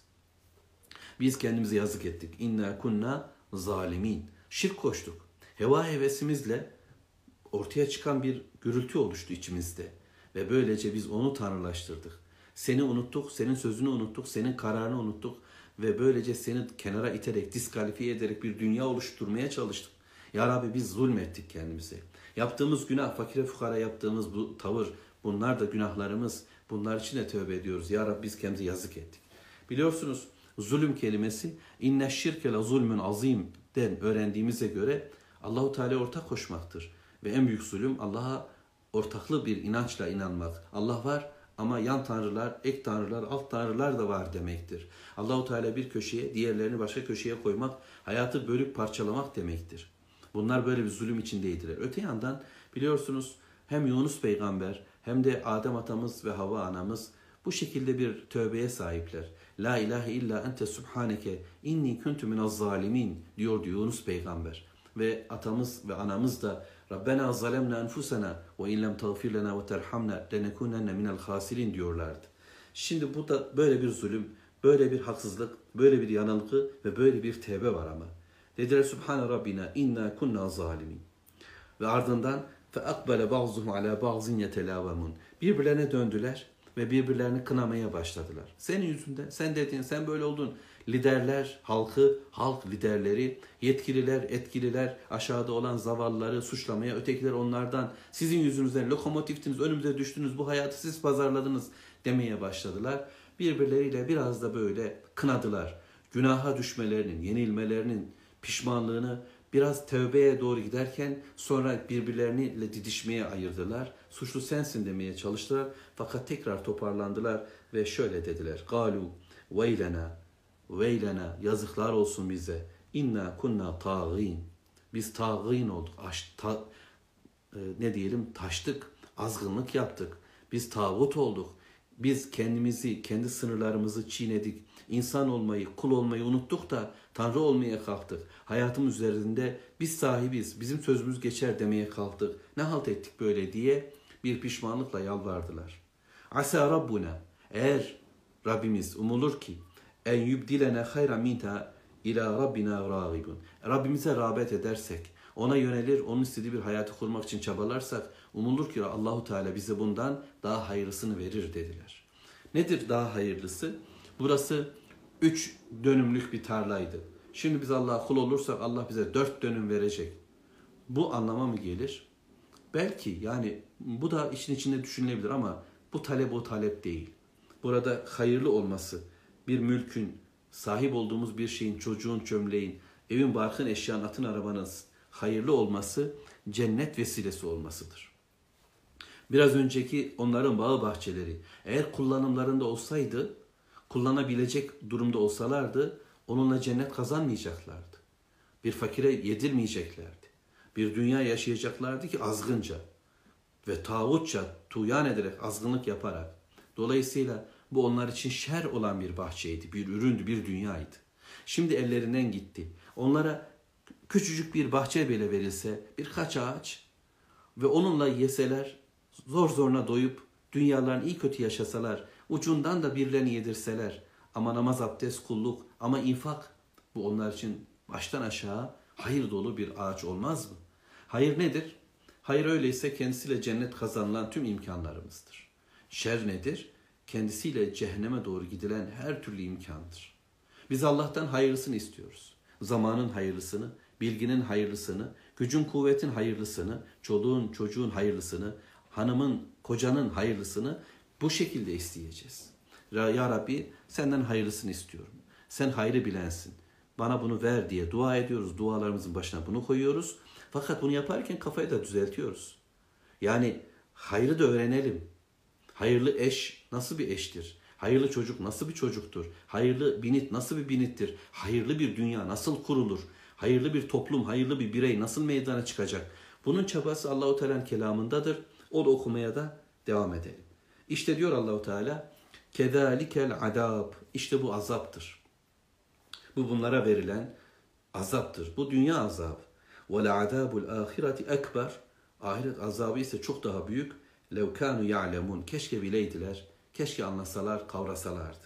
Biz kendimize yazık ettik. İnna kunna zalimin. Şirk koştuk. Heva hevesimizle ortaya çıkan bir gürültü oluştu içimizde. Ve böylece biz onu tanrılaştırdık. Seni unuttuk, senin sözünü unuttuk, senin kararını unuttuk. Ve böylece seni kenara iterek, diskalifiye ederek bir dünya oluşturmaya çalıştık. Ya Rabbi biz zulmettik kendimize. Yaptığımız günah, fakire fukara yaptığımız bu tavır, bunlar da günahlarımız. Bunlar için de tövbe ediyoruz. Ya Rabbi biz kendimize yazık ettik. Biliyorsunuz zulüm kelimesi inne şirke la zulmün azim'den öğrendiğimize göre Allahu Teala ortak koşmaktır. Ve en büyük zulüm Allah'a ortaklı bir inançla inanmak. Allah var ama yan tanrılar, ek tanrılar, alt tanrılar da var demektir. Allahu Teala bir köşeye, diğerlerini başka köşeye koymak, hayatı bölüp parçalamak demektir. Bunlar böyle bir zulüm içindeydiler. Öte yandan biliyorsunuz hem Yunus peygamber hem de Adem atamız ve Havva anamız bu şekilde bir tövbeye sahipler. La ilahe illa ente subhaneke inni kuntu minez zalimin diyordu Yunus peygamber. Ve atamız ve anamız da Rabbena zalemna enfusena ve in lem tağfir lena ve terhamna lenekunenne minel hasirin diyorlardı. Şimdi bu da böyle bir zulüm, böyle bir haksızlık, böyle bir yanılgı ve böyle bir tevbe var ama. Dediler Subhane Rabbina inna kunna zalimin. Ve ardından فَاَقْبَلَ بَعْضُهُمْ عَلَى بَعْضٍ يَتَلَاوَمُونَ Birbirlerine döndüler ve birbirlerini kınamaya başladılar. Senin yüzünden, sen dedin, sen böyle oldun. Liderler, halkı, halk liderleri, yetkililer, etkililer, aşağıda olan zavallıları suçlamaya, ötekiler onlardan sizin yüzünüzden lokomotiftiniz, önümüze düştünüz, bu hayatı siz pazarladınız demeye başladılar. Birbirleriyle biraz da böyle kınadılar. Günaha düşmelerinin, yenilmelerinin pişmanlığını biraz tövbeye doğru giderken sonra birbirleriyle didişmeye ayırdılar. Suçlu sensin demeye çalıştılar. Fakat tekrar toparlandılar ve şöyle dediler. Galu veylena veylena yazıklar olsun bize. İnna kunna tağin. Biz tağin olduk. Aş, ta, e, ne diyelim taştık. Azgınlık yaptık. Biz tağut olduk. Biz kendimizi, kendi sınırlarımızı çiğnedik. İnsan olmayı, kul olmayı unuttuk da Tanrı olmaya kalktık. Hayatımız üzerinde biz sahibiz, bizim sözümüz geçer demeye kalktık. Ne halt ettik böyle diye bir pişmanlıkla yalvardılar. Asa Rabbuna, eğer Rabbimiz umulur ki en yubdilene hayra minha ila Rabbina rağibun. Rabbimize rağbet edersek, ona yönelir, onun istediği bir hayatı kurmak için çabalarsak, umulur ki Allahu Teala bize bundan daha hayırlısını verir dediler. Nedir daha hayırlısı? Burası üç dönümlük bir tarlaydı. Şimdi biz Allah'a kul olursak Allah bize dört dönüm verecek. Bu anlama mı gelir? Belki yani bu da işin içinde düşünülebilir ama bu talep o talep değil. Burada hayırlı olması, bir mülkün, sahip olduğumuz bir şeyin, çocuğun, çömleğin, evin, barkın, eşyanın, atın, arabanın hayırlı olması cennet vesilesi olmasıdır. Biraz önceki onların bağ bahçeleri eğer kullanımlarında olsaydı, kullanabilecek durumda olsalardı onunla cennet kazanmayacaklardı. Bir fakire yedirmeyeceklerdi. Bir dünya yaşayacaklardı ki azgınca ve tağutça tuğyan ederek, azgınlık yaparak. Dolayısıyla bu onlar için şer olan bir bahçeydi, bir üründü, bir dünyaydı. Şimdi ellerinden gitti. Onlara küçücük bir bahçe bile verilse, birkaç ağaç ve onunla yeseler, zor zoruna doyup dünyalarını iyi kötü yaşasalar, ucundan da birilerini yedirseler, ama namaz, abdest, kulluk, ama infak, bu onlar için baştan aşağı hayır dolu bir ağaç olmaz mı? Hayır nedir? Hayır öyleyse kendisiyle cennet kazanılan tüm imkanlarımızdır. Şer nedir? Kendisiyle cehenneme doğru gidilen her türlü imkandır. Biz Allah'tan hayırlısını istiyoruz. Zamanın hayırlısını, bilginin hayırlısını, gücün kuvvetin hayırlısını, çoluğun çocuğun hayırlısını, hanımın, kocanın hayırlısını bu şekilde isteyeceğiz. Ya Rabbi senden hayırlısını istiyorum. Sen hayrı bilensin. Bana bunu ver diye dua ediyoruz. Dualarımızın başına bunu koyuyoruz. Fakat bunu yaparken kafayı da düzeltiyoruz. Yani hayrı da öğrenelim. Hayırlı eş nasıl bir eştir? Hayırlı çocuk nasıl bir çocuktur? Hayırlı binit nasıl bir binittir? Hayırlı bir dünya nasıl kurulur? Hayırlı bir toplum, hayırlı bir birey nasıl meydana çıkacak? Bunun çabası Allahu Teala'nın kelamındadır. O da okumaya da devam edelim. İşte diyor Allahu Teala, "Kezalikel azab." İşte bu azaptır. Bu bunlara verilen azaptır. Bu dünya azabı. "Ve azabul ahireti ekber." Ahiret azabı ise çok daha büyük. "Lev kanu ya'lemun." Keşke bileydiler, keşke anlasalar, kavrasalardı.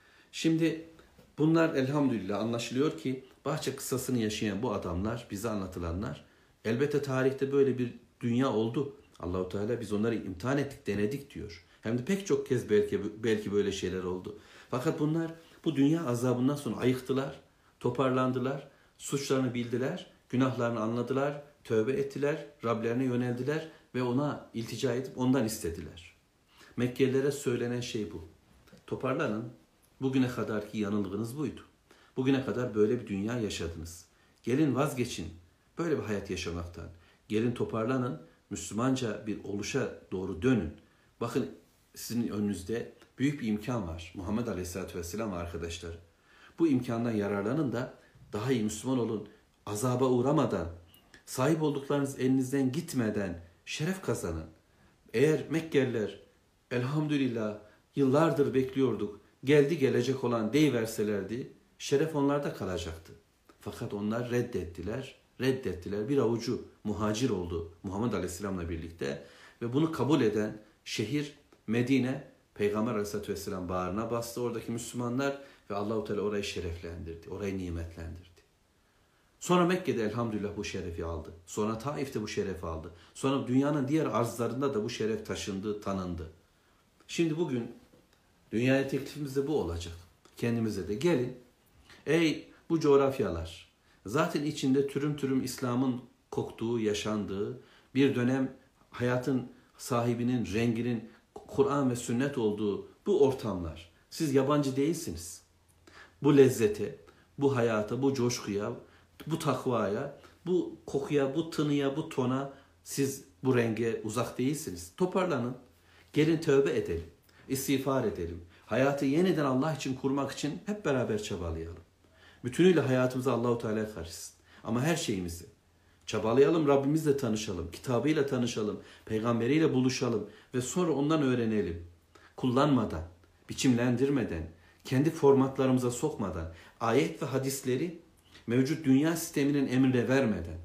Şimdi bunlar elhamdülillah anlaşılıyor ki bahçe kıssasını yaşayan bu adamlar, bize anlatılanlar, elbette tarihte böyle bir dünya oldu. Allahu Teala biz onları imtihan ettik, denedik diyor. Hem de pek çok kez belki belki böyle şeyler oldu. Fakat bunlar bu dünya azabından sonra ayıktılar, toparlandılar, suçlarını bildiler, günahlarını anladılar, tövbe ettiler, Rablerine yöneldiler ve ona iltica edip ondan istediler. Mekkelilere söylenen şey bu. Toparlanın, bugüne kadarki yanılgınız buydu. Bugüne kadar böyle bir dünya yaşadınız. Gelin vazgeçin, böyle bir hayat yaşamaktan. Gelin toparlanın, Müslümanca bir oluşa doğru dönün. Bakın sizin önünüzde büyük bir imkan var. Muhammed Aleyhisselatü Vesselam arkadaşlar. Bu imkandan yararlanın da daha iyi Müslüman olun. Azaba uğramadan, sahip olduklarınız elinizden gitmeden şeref kazanın. Eğer Mekkeliler elhamdülillah yıllardır bekliyorduk, geldi gelecek olan deyiverselerdi, şeref onlarda kalacaktı. Fakat onlar reddettiler, reddettiler. Bir avucu muhacir oldu Muhammed Aleyhisselam'la birlikte ve bunu kabul eden şehir Medine, Peygamber Aleyhisselatü Vesselam bağrına bastı oradaki Müslümanlar ve Allah-u Teala orayı şereflendirdi, orayı nimetlendirdi. Sonra Mekke'de elhamdülillah bu şerefi aldı. Sonra Taif'te bu şerefi aldı. Sonra dünyanın diğer arzlarında da bu şeref taşındı, tanındı. Şimdi bugün dünyaya teklifimiz de bu olacak. Kendimize de gelin. Ey bu coğrafyalar, zaten içinde türüm türüm İslam'ın koktuğu, yaşandığı, bir dönem hayatın sahibinin, renginin Kur'an ve sünnet olduğu bu ortamlar. Siz yabancı değilsiniz. Bu lezzete, bu hayata, bu coşkuya, bu takvaya, bu kokuya, bu tınıya, bu tona siz bu renge uzak değilsiniz. Toparlanın. Gelin tövbe edelim. İstiğfar edelim. Hayatı yeniden Allah için kurmak için hep beraber çabalayalım. Bütünüyle hayatımıza Allah-u Teala karışsın. Ama her şeyimizi çabalayalım, Rabbimizle tanışalım, kitabıyla tanışalım, peygamberiyle buluşalım ve sonra ondan öğrenelim. Kullanmadan, biçimlendirmeden, kendi formatlarımıza sokmadan, ayet ve hadisleri mevcut dünya sisteminin emrine vermeden,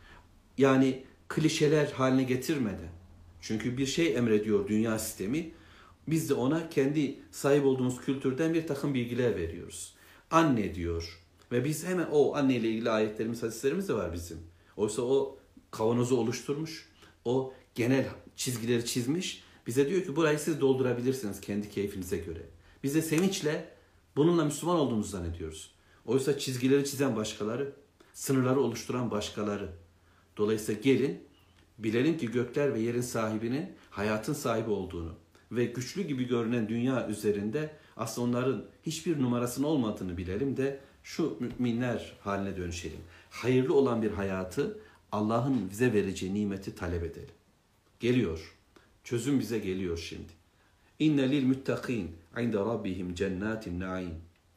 yani klişeler haline getirmeden. Çünkü bir şey emrediyor dünya sistemi, biz de ona kendi sahip olduğumuz kültürden bir takım bilgiler veriyoruz. Anne diyor ve biz hemen o anneyle ilgili ayetlerimiz, hadislerimiz de var bizim. Oysa o kavanozu oluşturmuş, o genel çizgileri çizmiş. Bize diyor ki burayı siz doldurabilirsiniz kendi keyfinize göre. Biz de sevinçle bununla Müslüman olduğumuzu zannediyoruz. Oysa çizgileri çizen başkaları, sınırları oluşturan başkaları. Dolayısıyla gelin, bilelim ki gökler ve yerin sahibinin hayatın sahibi olduğunu ve güçlü gibi görünen dünya üzerinde aslında onların hiçbir numarasının olmadığını bilelim de şu müminler haline dönüşelim. Hayırlı olan bir hayatı, Allah'ın bize vereceği nimeti talep edelim. Geliyor. Çözüm bize geliyor şimdi. İnne lil muttaqin inde rabbihim cennetin naim.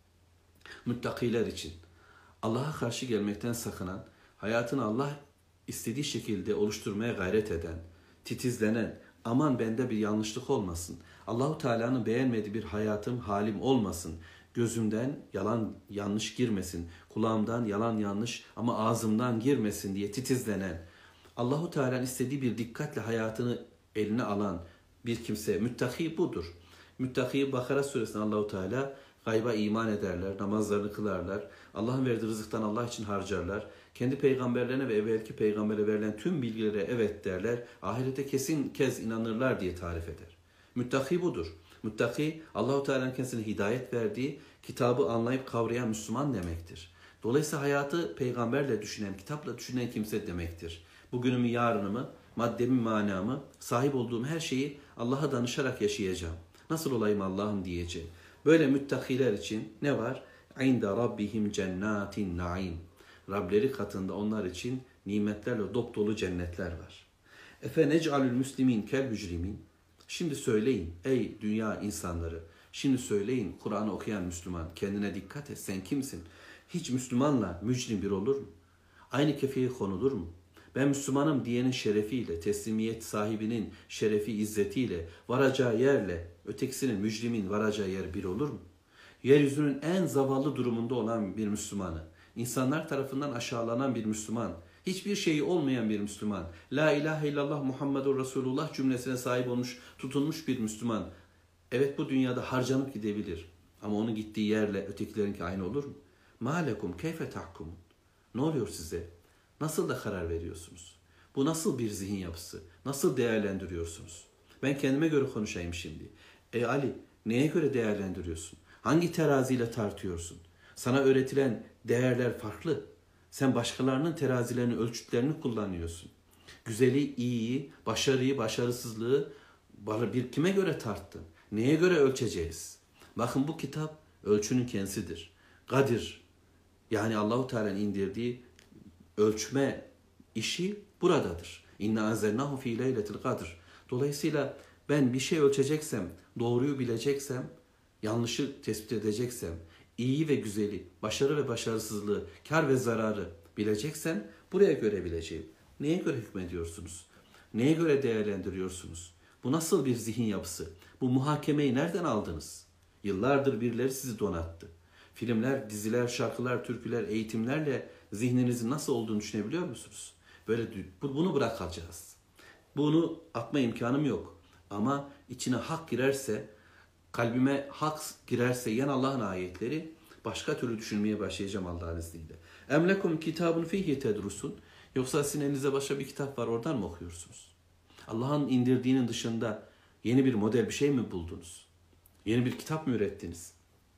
Muttakiler için Allah'a karşı gelmekten sakınan, hayatını Allah istediği şekilde oluşturmaya gayret eden, titizlenen, aman bende bir yanlışlık olmasın, Allah-u Teala'nın beğenmediği bir hayatım, halim olmasın, gözümden yalan yanlış girmesin, kulağımdan yalan yanlış ama ağzımdan girmesin diye titizlenen, Allah-u Teala'nın istediği bir dikkatle hayatını eline alan bir kimse, müttaki budur. Müttaki Bakara suresinde Allah-u Teala gayba iman ederler, namazlarını kılarlar, Allah'ın verdiği rızıktan Allah için harcarlar, kendi peygamberlerine ve evvelki peygambere verilen tüm bilgilere evet derler, ahirete kesin kez inanırlar diye tarif eder. Müttaki budur. Müttaki Allah-u Teala'nın kendisine hidayet verdiği, kitabı anlayıp kavrayan Müslüman demektir. Dolayısıyla hayatı peygamberle düşünen, kitapla düşünen kimse demektir. Bugünümü, yarınımı, maddemi, manamı, sahip olduğum her şeyi Allah'a danışarak yaşayacağım. Nasıl olayım Allah'ım diyeceğim. Böyle müttakiler için ne var? İnde rabbihim cennetin naim. Rableri katında onlar için nimetlerle dop dolu cennetler var. Efe nec'alül müslimin kel mücrimin. Şimdi söyleyin ey dünya insanları. Şimdi söyleyin Kur'an'ı okuyan Müslüman. Kendine dikkat et, sen kimsin? Hiç Müslümanla mücrim bir olur mu? Aynı kefeye konulur mu? Ben Müslümanım diyenin şerefiyle, teslimiyet sahibinin şerefi, izzetiyle, varacağı yerle, ötekisinin, mücrimin varacağı yer bir olur mu? Yeryüzünün en zavallı durumunda olan bir Müslümanı, insanlar tarafından aşağılanan bir Müslüman, hiçbir şeyi olmayan bir Müslüman, La ilahe illallah Muhammedur Resulullah cümlesine sahip olmuş, tutunmuş bir Müslüman, evet bu dünyada harcanıp gidebilir. Ama onun gittiği yerle ötekilerinki aynı olur mu? Ma lekum keyfe tahkumun. Ne oluyor size? Nasıl da karar veriyorsunuz? Bu nasıl bir zihin yapısı? Nasıl değerlendiriyorsunuz? Ben kendime göre konuşayım şimdi. E Ali, neye göre değerlendiriyorsun? Hangi teraziyle tartıyorsun? Sana öğretilen değerler farklı. Sen başkalarının terazilerini, ölçütlerini kullanıyorsun. Güzeli, iyiyi, başarıyı, başarısızlığı bir kime göre tarttın? Neye göre ölçeceğiz? Bakın bu kitap ölçünün kendisidir. Kadir, yani Allah-u Teala'nın indirdiği ölçme işi buradadır. İnna anzelnahu fi leyletil kadr. Dolayısıyla ben bir şey ölçeceksem, doğruyu bileceksem, yanlışı tespit edeceksem, iyi ve güzeli, başarı ve başarısızlığı, kar ve zararı bileceksem buraya göre bileceğim. Neye göre hükmediyorsunuz? Neye göre değerlendiriyorsunuz? Bu nasıl bir zihin yapısı? Bu muhakemeyi nereden aldınız? Yıllardır birileri sizi donattı. Filmler, diziler, şarkılar, türküler, eğitimlerle zihninizin nasıl olduğunu düşünebiliyor musunuz? Böyle bunu bırakacağız. Bunu atma imkanım yok. Ama içine hak girerse, kalbime hak girerse yan Allah'ın ayetleri başka türlü düşünmeye başlayacağım Allah'ın izniyle. Emlekum kitabun fihi tedrusun. Yoksa sizin elinizde başka bir kitap var, oradan mı okuyorsunuz? Allah'ın indirdiğinin dışında yeni bir model bir şey mi buldunuz? Yeni bir kitap mı ürettiniz?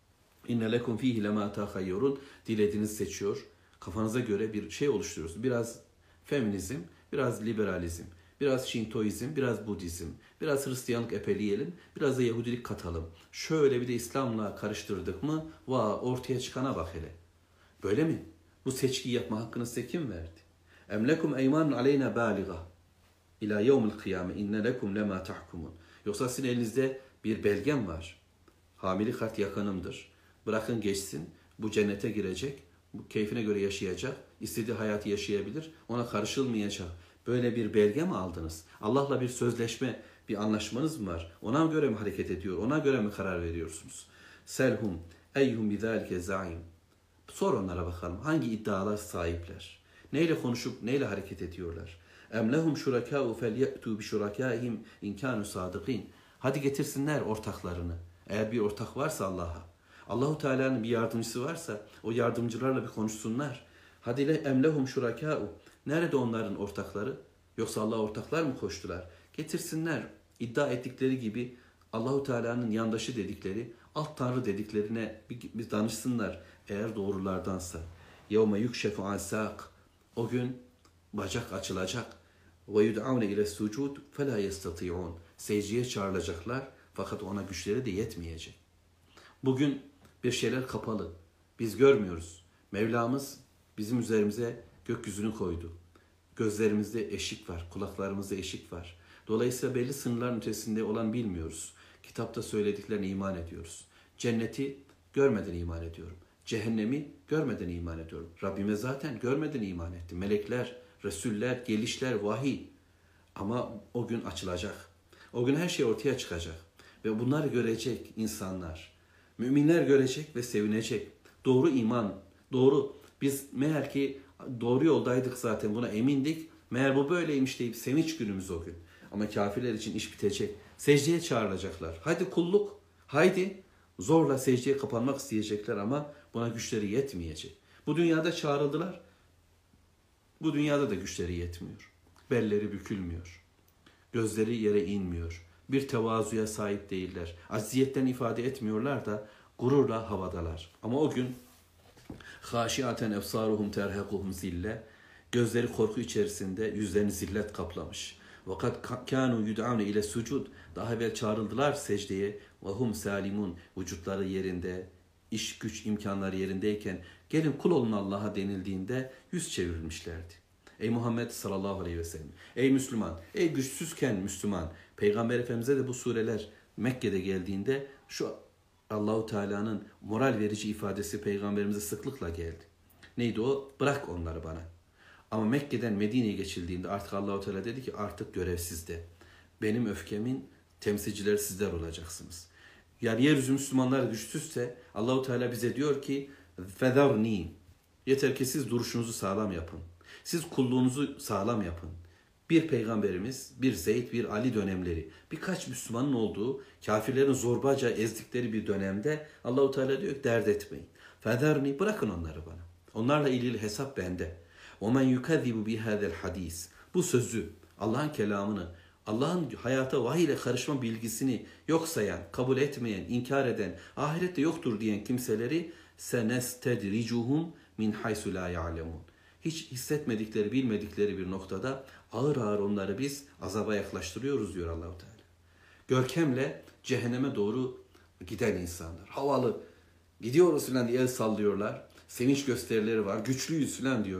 İnne lekum fihi lema tahayyurun. Dilediğinizi seçiyor. Kafanıza göre bir şey oluşturuyorsunuz. Biraz feminizm, biraz liberalizm, biraz Şintoizm, biraz Budizm, biraz Hristiyanlık epeleyelim, biraz da Yahudilik katalım. Şöyle bir de İslam'la karıştırdık mı, vaa ortaya çıkana bak hele. Böyle mi? Bu seçkiyi yapma hakkını size kim verdi? Em lekum eymanun aleyna baliga ila yevmil kıyame inne lekum lema tahkumun. Yoksa sizin elinizde bir belgem var. Hamili kart yakınımdır. Bırakın geçsin. Bu cennete girecek. Bu keyfine göre yaşayacak. İstediği hayatı yaşayabilir. Ona karışılmayacak. Böyle bir belge mi aldınız? Allah'la bir sözleşme, bir anlaşmanız mı var? Ona göre mi hareket ediyor? Ona göre mi karar veriyorsunuz? Selhum eyyhum bizalike zaim. Sor onlara bakalım. Hangi iddialar sahipler? Neyle konuşup neyle hareket ediyorlar? Em lehum şurakâ'u felye'tû bi şurakâihim in kânû sâdıkîn. Hadi getirsinler ortaklarını. Eğer bir ortak varsa Allah'a, Allahu Teala'nın bir yardımcısı varsa o yardımcılarla bir konuşsunlar. Hadi le em lehum şurakâ'u. Nerede onların ortakları? Yoksa Allah'a ortaklar mı koştular? Getirsinler. İddia ettikleri gibi Allahu Teala'nın yandaşı dedikleri, alt tanrı dediklerine bir, bir danışsınlar eğer doğrulardansa. Yevme yukşefu an sâk. O gün bacak açılacak. Ve yud'avne ile sucud fela yestati'un. Secdeye çağrılacaklar fakat ona güçleri de yetmeyecek. Bugün bir şeyler kapalı. Biz görmüyoruz. Mevlamız bizim üzerimize gökyüzünü koydu. Gözlerimizde eşik var, kulaklarımızda eşik var. Dolayısıyla belli sınırların ötesinde olan bilmiyoruz. Kitapta söylediklerine iman ediyoruz. Cenneti görmeden iman ediyorum. Cehennemi görmeden iman ediyorum. Rabbime zaten görmeden iman ettim. Melekler, Resuller, gelişler, vahiy. Ama o gün açılacak. O gün her şey ortaya çıkacak. Ve bunları görecek insanlar. Müminler görecek ve sevinecek. Doğru iman, doğru. Biz meğer ki doğru yoldaydık zaten, buna emindik. Meğer bu böyleymiş deyip sevinç günümüz o gün. Ama kafirler için iş bitecek. Secdeye çağrılacaklar. Haydi kulluk, haydi. Zorla secdeye kapanmak isteyecekler ama buna güçleri yetmeyecek. Bu dünyada çağrıldılar. Bu dünyada da güçleri yetmiyor. Belleri bükülmüyor. Gözleri yere inmiyor. Bir tevazuya sahip değiller. Aziyetten ifade etmiyorlar da gururla havadalar. Ama o gün haşiaten efsaruhum terhaquhum zille. Gözleri korku içerisinde, yüzlerini zillet kaplamış. Vakat kanu yud'avne ile sucud. Daha evvel çağrıldılar secdeye. Ve hum salimun. Vücutları yerinde, iş güç imkanları yerindeyken gelin kul olun Allah'a denildiğinde yüz çevirmişlerdi. Ey Muhammed sallallahu aleyhi ve sellem. Ey Müslüman. Ey güçsüzken Müslüman. Peygamber Efendimiz'e de bu sureler Mekke'de geldiğinde şu Allahu Teala'nın moral verici ifadesi Peygamberimize sıklıkla geldi. Neydi o? Bırak onları bana. Ama Mekke'den Medine'ye geçildiğinde artık Allahu Teala dedi ki artık görev sizde. Benim öfkemin temsilcileri sizler olacaksınız. Yani yeryüzü Müslümanlar güçsüzse Allahu Teala bize diyor ki fezarni. Yeter ki siz duruşunuzu sağlam yapın. Siz kulluğunuzu sağlam yapın. Bir peygamberimiz, bir Zeyd, bir Ali dönemleri, birkaç Müslümanın olduğu, kafirlerin zorbaca ezdikleri bir dönemde Allahu Teala diyor ki dert etmeyin. Fezarni, bırakın onları bana. Onlarla ilgili hesap bende. وَمَنْ يُكَذِّبُ بِهَذَا الْحَد۪يسِ. Bu sözü, Allah'ın kelamını, Allah'ın hayata vahiy ile karışma bilgisini yok sayan, kabul etmeyen, inkar eden, ahirette yoktur diyen kimseleri سَنَسْتَدْرِجُهُمْ مِنْ حَيْسُ لَا يَعْلَمُونَ. Hiç hissetmedikleri, bilmedikleri bir noktada ağır ağır onları biz azaba yaklaştırıyoruz diyor Allah-u Teala. Görkemle cehenneme doğru giden insanlar. Havalı, gidiyoruz filan diye el sallıyorlar. Sevinç gösterileri var, güçlüyüz filan diyorlar.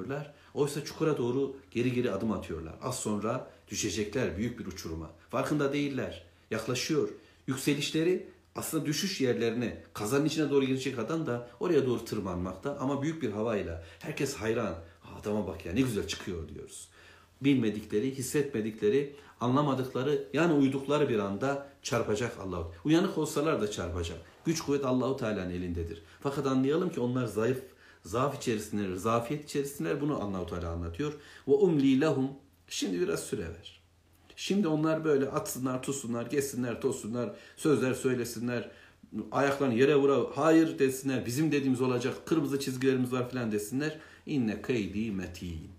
Oysa çukura doğru geri geri adım atıyorlar. Az sonra düşecekler büyük bir uçuruma. Farkında değiller. Yaklaşıyor. Yükselişleri aslında düşüş yerlerine, kazanın içine doğru girecek adam da oraya doğru tırmanmakta. Ama büyük bir havayla. Herkes hayran. Adama bak ya, ne güzel çıkıyor diyoruz. Bilmedikleri, hissetmedikleri, anlamadıkları, yani uydukları bir anda çarpacak Allah. Uyanık olsalar da çarpacak. Güç kuvvet Allahu Teala'nın elindedir. Fakat anlayalım ki onlar zayıf, zaaf içerisindeler, zafiyet içerisindeler. Bunu Allahu Teala anlatıyor. Ve umli lehum. Şimdi biraz süre ver. Şimdi onlar böyle atsınlar, tutsunlar, geçsinler, tozsunlar, sözler söylesinler, ayaklarını yere vura, hayır desinler, bizim dediğimiz olacak, kırmızı çizgilerimiz var filan desinler. İnne keydi metin.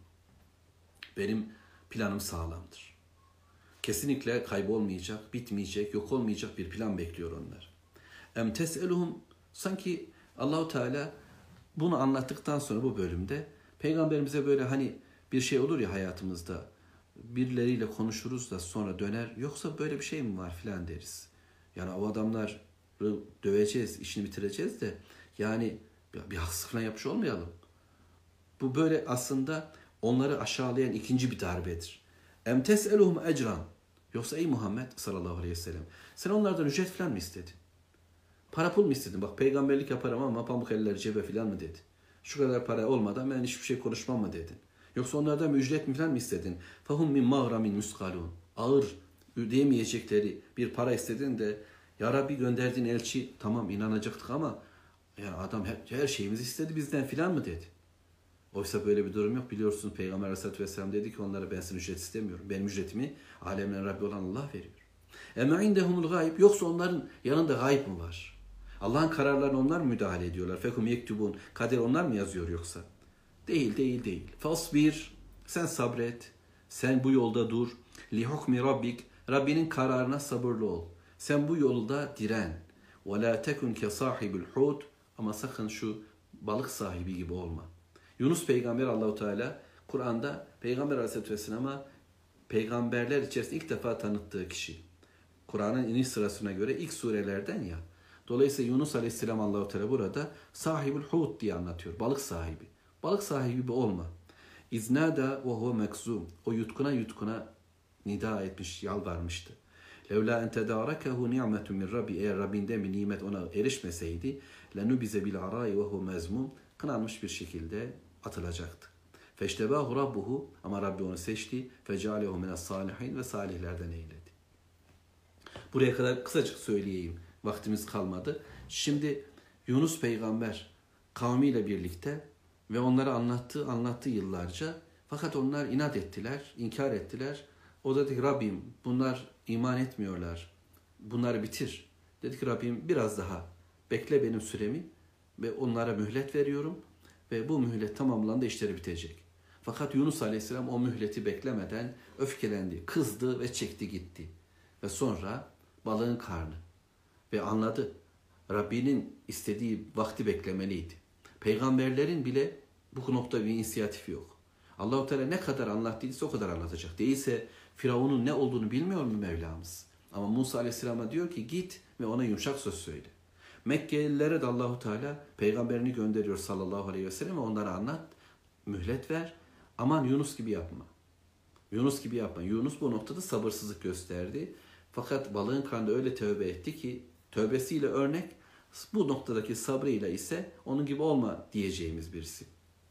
Benim planım sağlamdır. Kesinlikle kaybolmayacak, bitmeyecek, yok olmayacak bir plan bekliyor onlar. Em tes'eluhum, sanki Allahu Teala bunu anlattıktan sonra bu bölümde peygamberimize böyle hani bir şey olur ya hayatımızda, birileriyle konuşuruz da sonra döner, yoksa böyle bir şey mi var filan deriz. Yani o adamları döveceğiz, işini bitireceğiz de yani bir haksızlık falan yapmış olmayalım. Bu böyle aslında onları aşağılayan ikinci bir darbedir. Em tes'eluhum ecran. Yoksa ey Muhammed sallallahu aleyhi ve sellem, sen onlardan ücret falan mı istedin? Para pul mu istedin? Bak peygamberlik yaparım ama pamuk eller cebe falan mı dedi? Şu kadar para olmadan ben hiçbir şey konuşmam mı dedin? Yoksa onlardan ücret mi falan mı istedin? Fahum min mağramin muskalun. Ağır ödeyemeyecekleri bir para istedin de ya Rabbi gönderdiğin elçi, tamam inanacaktık ama yani adam her, her şeyimizi istedi bizden filan mı dedi? Oysa böyle bir durum yok. Biliyorsunuz Peygamber Aleyhisselatü Vesselam dedi ki onlara ben sizin ücret istemiyorum. Benim ücretimi alemlerin Rabbi olan Allah veriyor. Eme indehumul gayb. Yoksa onların yanında gayb mı var? Allah'ın kararlarına onlar mı müdahale ediyorlar? Fekum yektubun. Kader onlar mı yazıyor yoksa? Değil, değil, değil. Fasbir. Sen sabret. Sen bu yolda dur. Li hukmi rabbik. Rabbinin kararına sabırlı ol. Sen bu yolda diren. Ve la tekun ke sahibul hut. Ama sakın şu balık sahibi gibi olma. Yunus peygamber Allahu Teala Kur'an'da Peygamber Aleyhisselatü Vesselam'a peygamberler içerisinde ilk defa tanıttığı kişi. Kur'an'ın iniş sırasına göre ilk surelerden ya. Dolayısıyla Yunus Aleyhisselam Allahu Teala burada sahibul hut diye anlatıyor. Balık sahibi. Balık sahibi gibi olma. İznada ve huve mekzum. O yutkuna yutkuna nida etmiş, yalvarmıştı. Levla en tedarakehu ni'metun min Rabbi. Eğer Rabbinden bir nimet ona erişmeseydi lenubize bil arai ve huve mezmum. Kınanmış bir şekilde atılacaktı. Feştebahu rabbuhu, ama Rabbi onu seçti. Fecealehu mine's salihin, ve salihlerden eyledi. Buraya kadar kısacık söyleyeyim. Vaktimiz kalmadı. Şimdi Yunus peygamber kavmiyle birlikte ve onlara anlattı, anlattı yıllarca. Fakat onlar inat ettiler, inkar ettiler. O da dedi ki Rabbim bunlar iman etmiyorlar. Bunları bitir. Dedi ki Rabbim biraz daha bekle benim süremi ve onlara mühlet veriyorum ve bu mühlet tamamlandı, işleri bitecek. Fakat Yunus Aleyhisselam o mühleti beklemeden öfkelendi, kızdı ve çekti gitti. Ve sonra balığın karnı ve anladı. Rabbinin istediği vakti beklemeliydi. Peygamberlerin bile bu noktada bir inisiyatifi yok. Allah-u Teala ne kadar anlattıysa o kadar anlatacak. Değilse Firavun'un ne olduğunu bilmiyor mu Mevlamız? Ama Musa Aleyhisselam'a diyor ki git ve ona yumuşak söz söyle. Mekkelilere de Allahu Teala peygamberini gönderiyor sallallahu aleyhi ve sellem ve onlara anlat, mühlet ver. Aman Yunus gibi yapma. Yunus gibi yapma. Yunus bu noktada sabırsızlık gösterdi. Fakat balığın karnında öyle tövbe etti ki tövbesiyle örnek, bu noktadaki sabrıyla ise onun gibi olma diyeceğimiz birisi.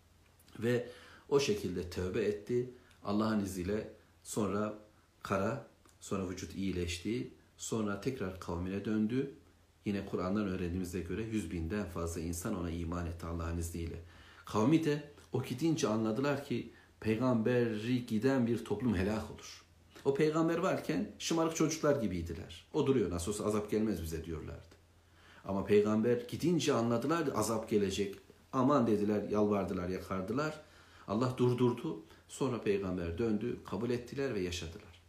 Ve o şekilde tövbe etti. Allah'ın izniyle sonra kara, sonra vücut iyileşti. Sonra tekrar kavmine döndü. Yine Kur'an'dan öğrendiğimize göre yüz binden fazla insan ona iman etti Allah'ın izniyle. Kavmi de o gidince anladılar ki peygamberi giden bir toplum helak olur. O peygamber varken şımarık çocuklar gibiydiler. O duruyor, nasıl olsa azap gelmez bize diyorlardı. Ama peygamber gidince anladılar azap gelecek. Aman dediler, yalvardılar, yakardılar. Allah durdurdu. Sonra peygamber döndü, kabul ettiler ve yaşadılar.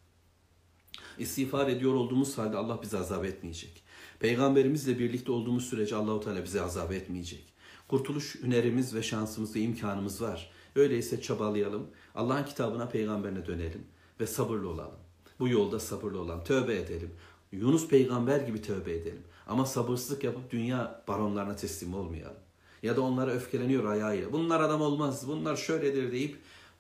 İstiğfar ediyor olduğumuz halde Allah bizi azap etmeyecek. Peygamberimizle birlikte olduğumuz sürece Allah-u Teala bizi azap etmeyecek. Kurtuluş hünerimiz ve şansımız ve imkanımız var. Öyleyse çabalayalım. Allah'ın kitabına, peygamberine dönelim ve sabırlı olalım. Bu yolda sabırlı olalım. Tövbe edelim. Yunus peygamber gibi tövbe edelim. Ama sabırsızlık yapıp dünya baronlarına teslim olmayalım. Ya da onlara öfkeleniyor ayağıyla. Bunlar adam olmaz, bunlar şöyledir deyip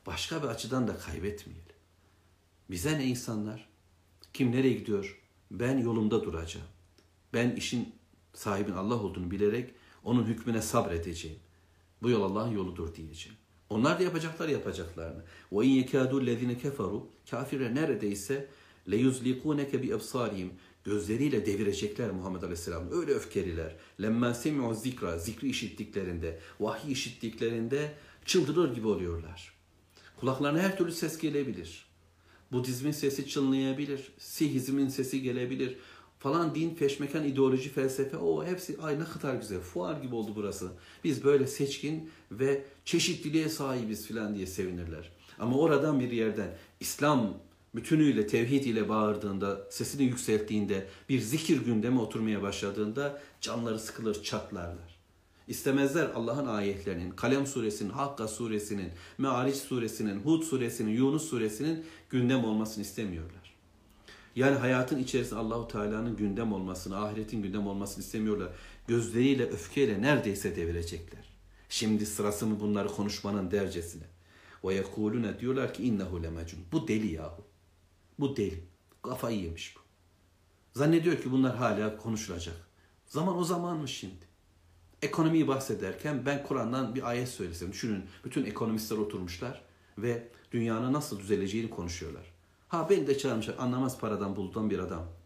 başka bir açıdan da kaybetmeyelim. Bize ne insanlar? Kim nereye gidiyor? Ben yolumda duracağım. Ben işin sahibin Allah olduğunu bilerek onun hükmüne sabredeceğim. Bu yol Allah'ın yoludur diyeceğim. Onlar da yapacaklar yapacaklarını. وَاِنْ يَكَادُوا الَّذ۪ينَ كَفَرُوا Kafirler neredeyse لَيُزْلِقُونَكَ بِأَبْصَارِهِمْ Gözleriyle devirecekler Muhammed Aleyhisselam. Öyle öfkeliler. لَمَّا سَمِعُوا zikra Zikri işittiklerinde, vahiy işittiklerinde çıldırır gibi oluyorlar. Kulaklarına her türlü ses gelebilir. Budizmin sesi çınlayabilir. Sihizmin sesi gelebilir. Falan din, feşmekan, ideoloji, felsefe, o hepsi ay ne kadar güzel. Fuar gibi oldu burası. Biz böyle seçkin ve çeşitliliğe sahibiz filan diye sevinirler. Ama oradan bir yerden İslam bütünüyle, tevhid ile bağırdığında, sesini yükselttiğinde, bir zikir gündeme oturmaya başladığında canları sıkılır, çatlarlar. İstemezler Allah'ın ayetlerinin, Kalem suresinin, Hakka suresinin, Me'aric suresinin, Hud suresinin, Yunus suresinin gündem olmasını istemiyorlar. Yani hayatın içerisinde Allahu Teala'nın gündem olmasını, ahiretin gündem olmasını istemiyorlar. Gözleriyle, öfkeyle neredeyse devirecekler. Şimdi sırası mı bunları konuşmanın dercesine. Ve yekulune diyorlar ki innehu lemecun. Bu deli yahu. Bu deli. Kafayı yemiş bu. Zannediyor ki bunlar hala konuşulacak. Zaman o zamanmış şimdi. Ekonomiyi bahsederken ben Kur'an'dan bir ayet söylesem. Düşünün bütün ekonomistler oturmuşlar ve dünyanın nasıl düzeleceğini konuşuyorlar. Ha beni de çağırmışlar, anlamaz paradan bulutan bir adam.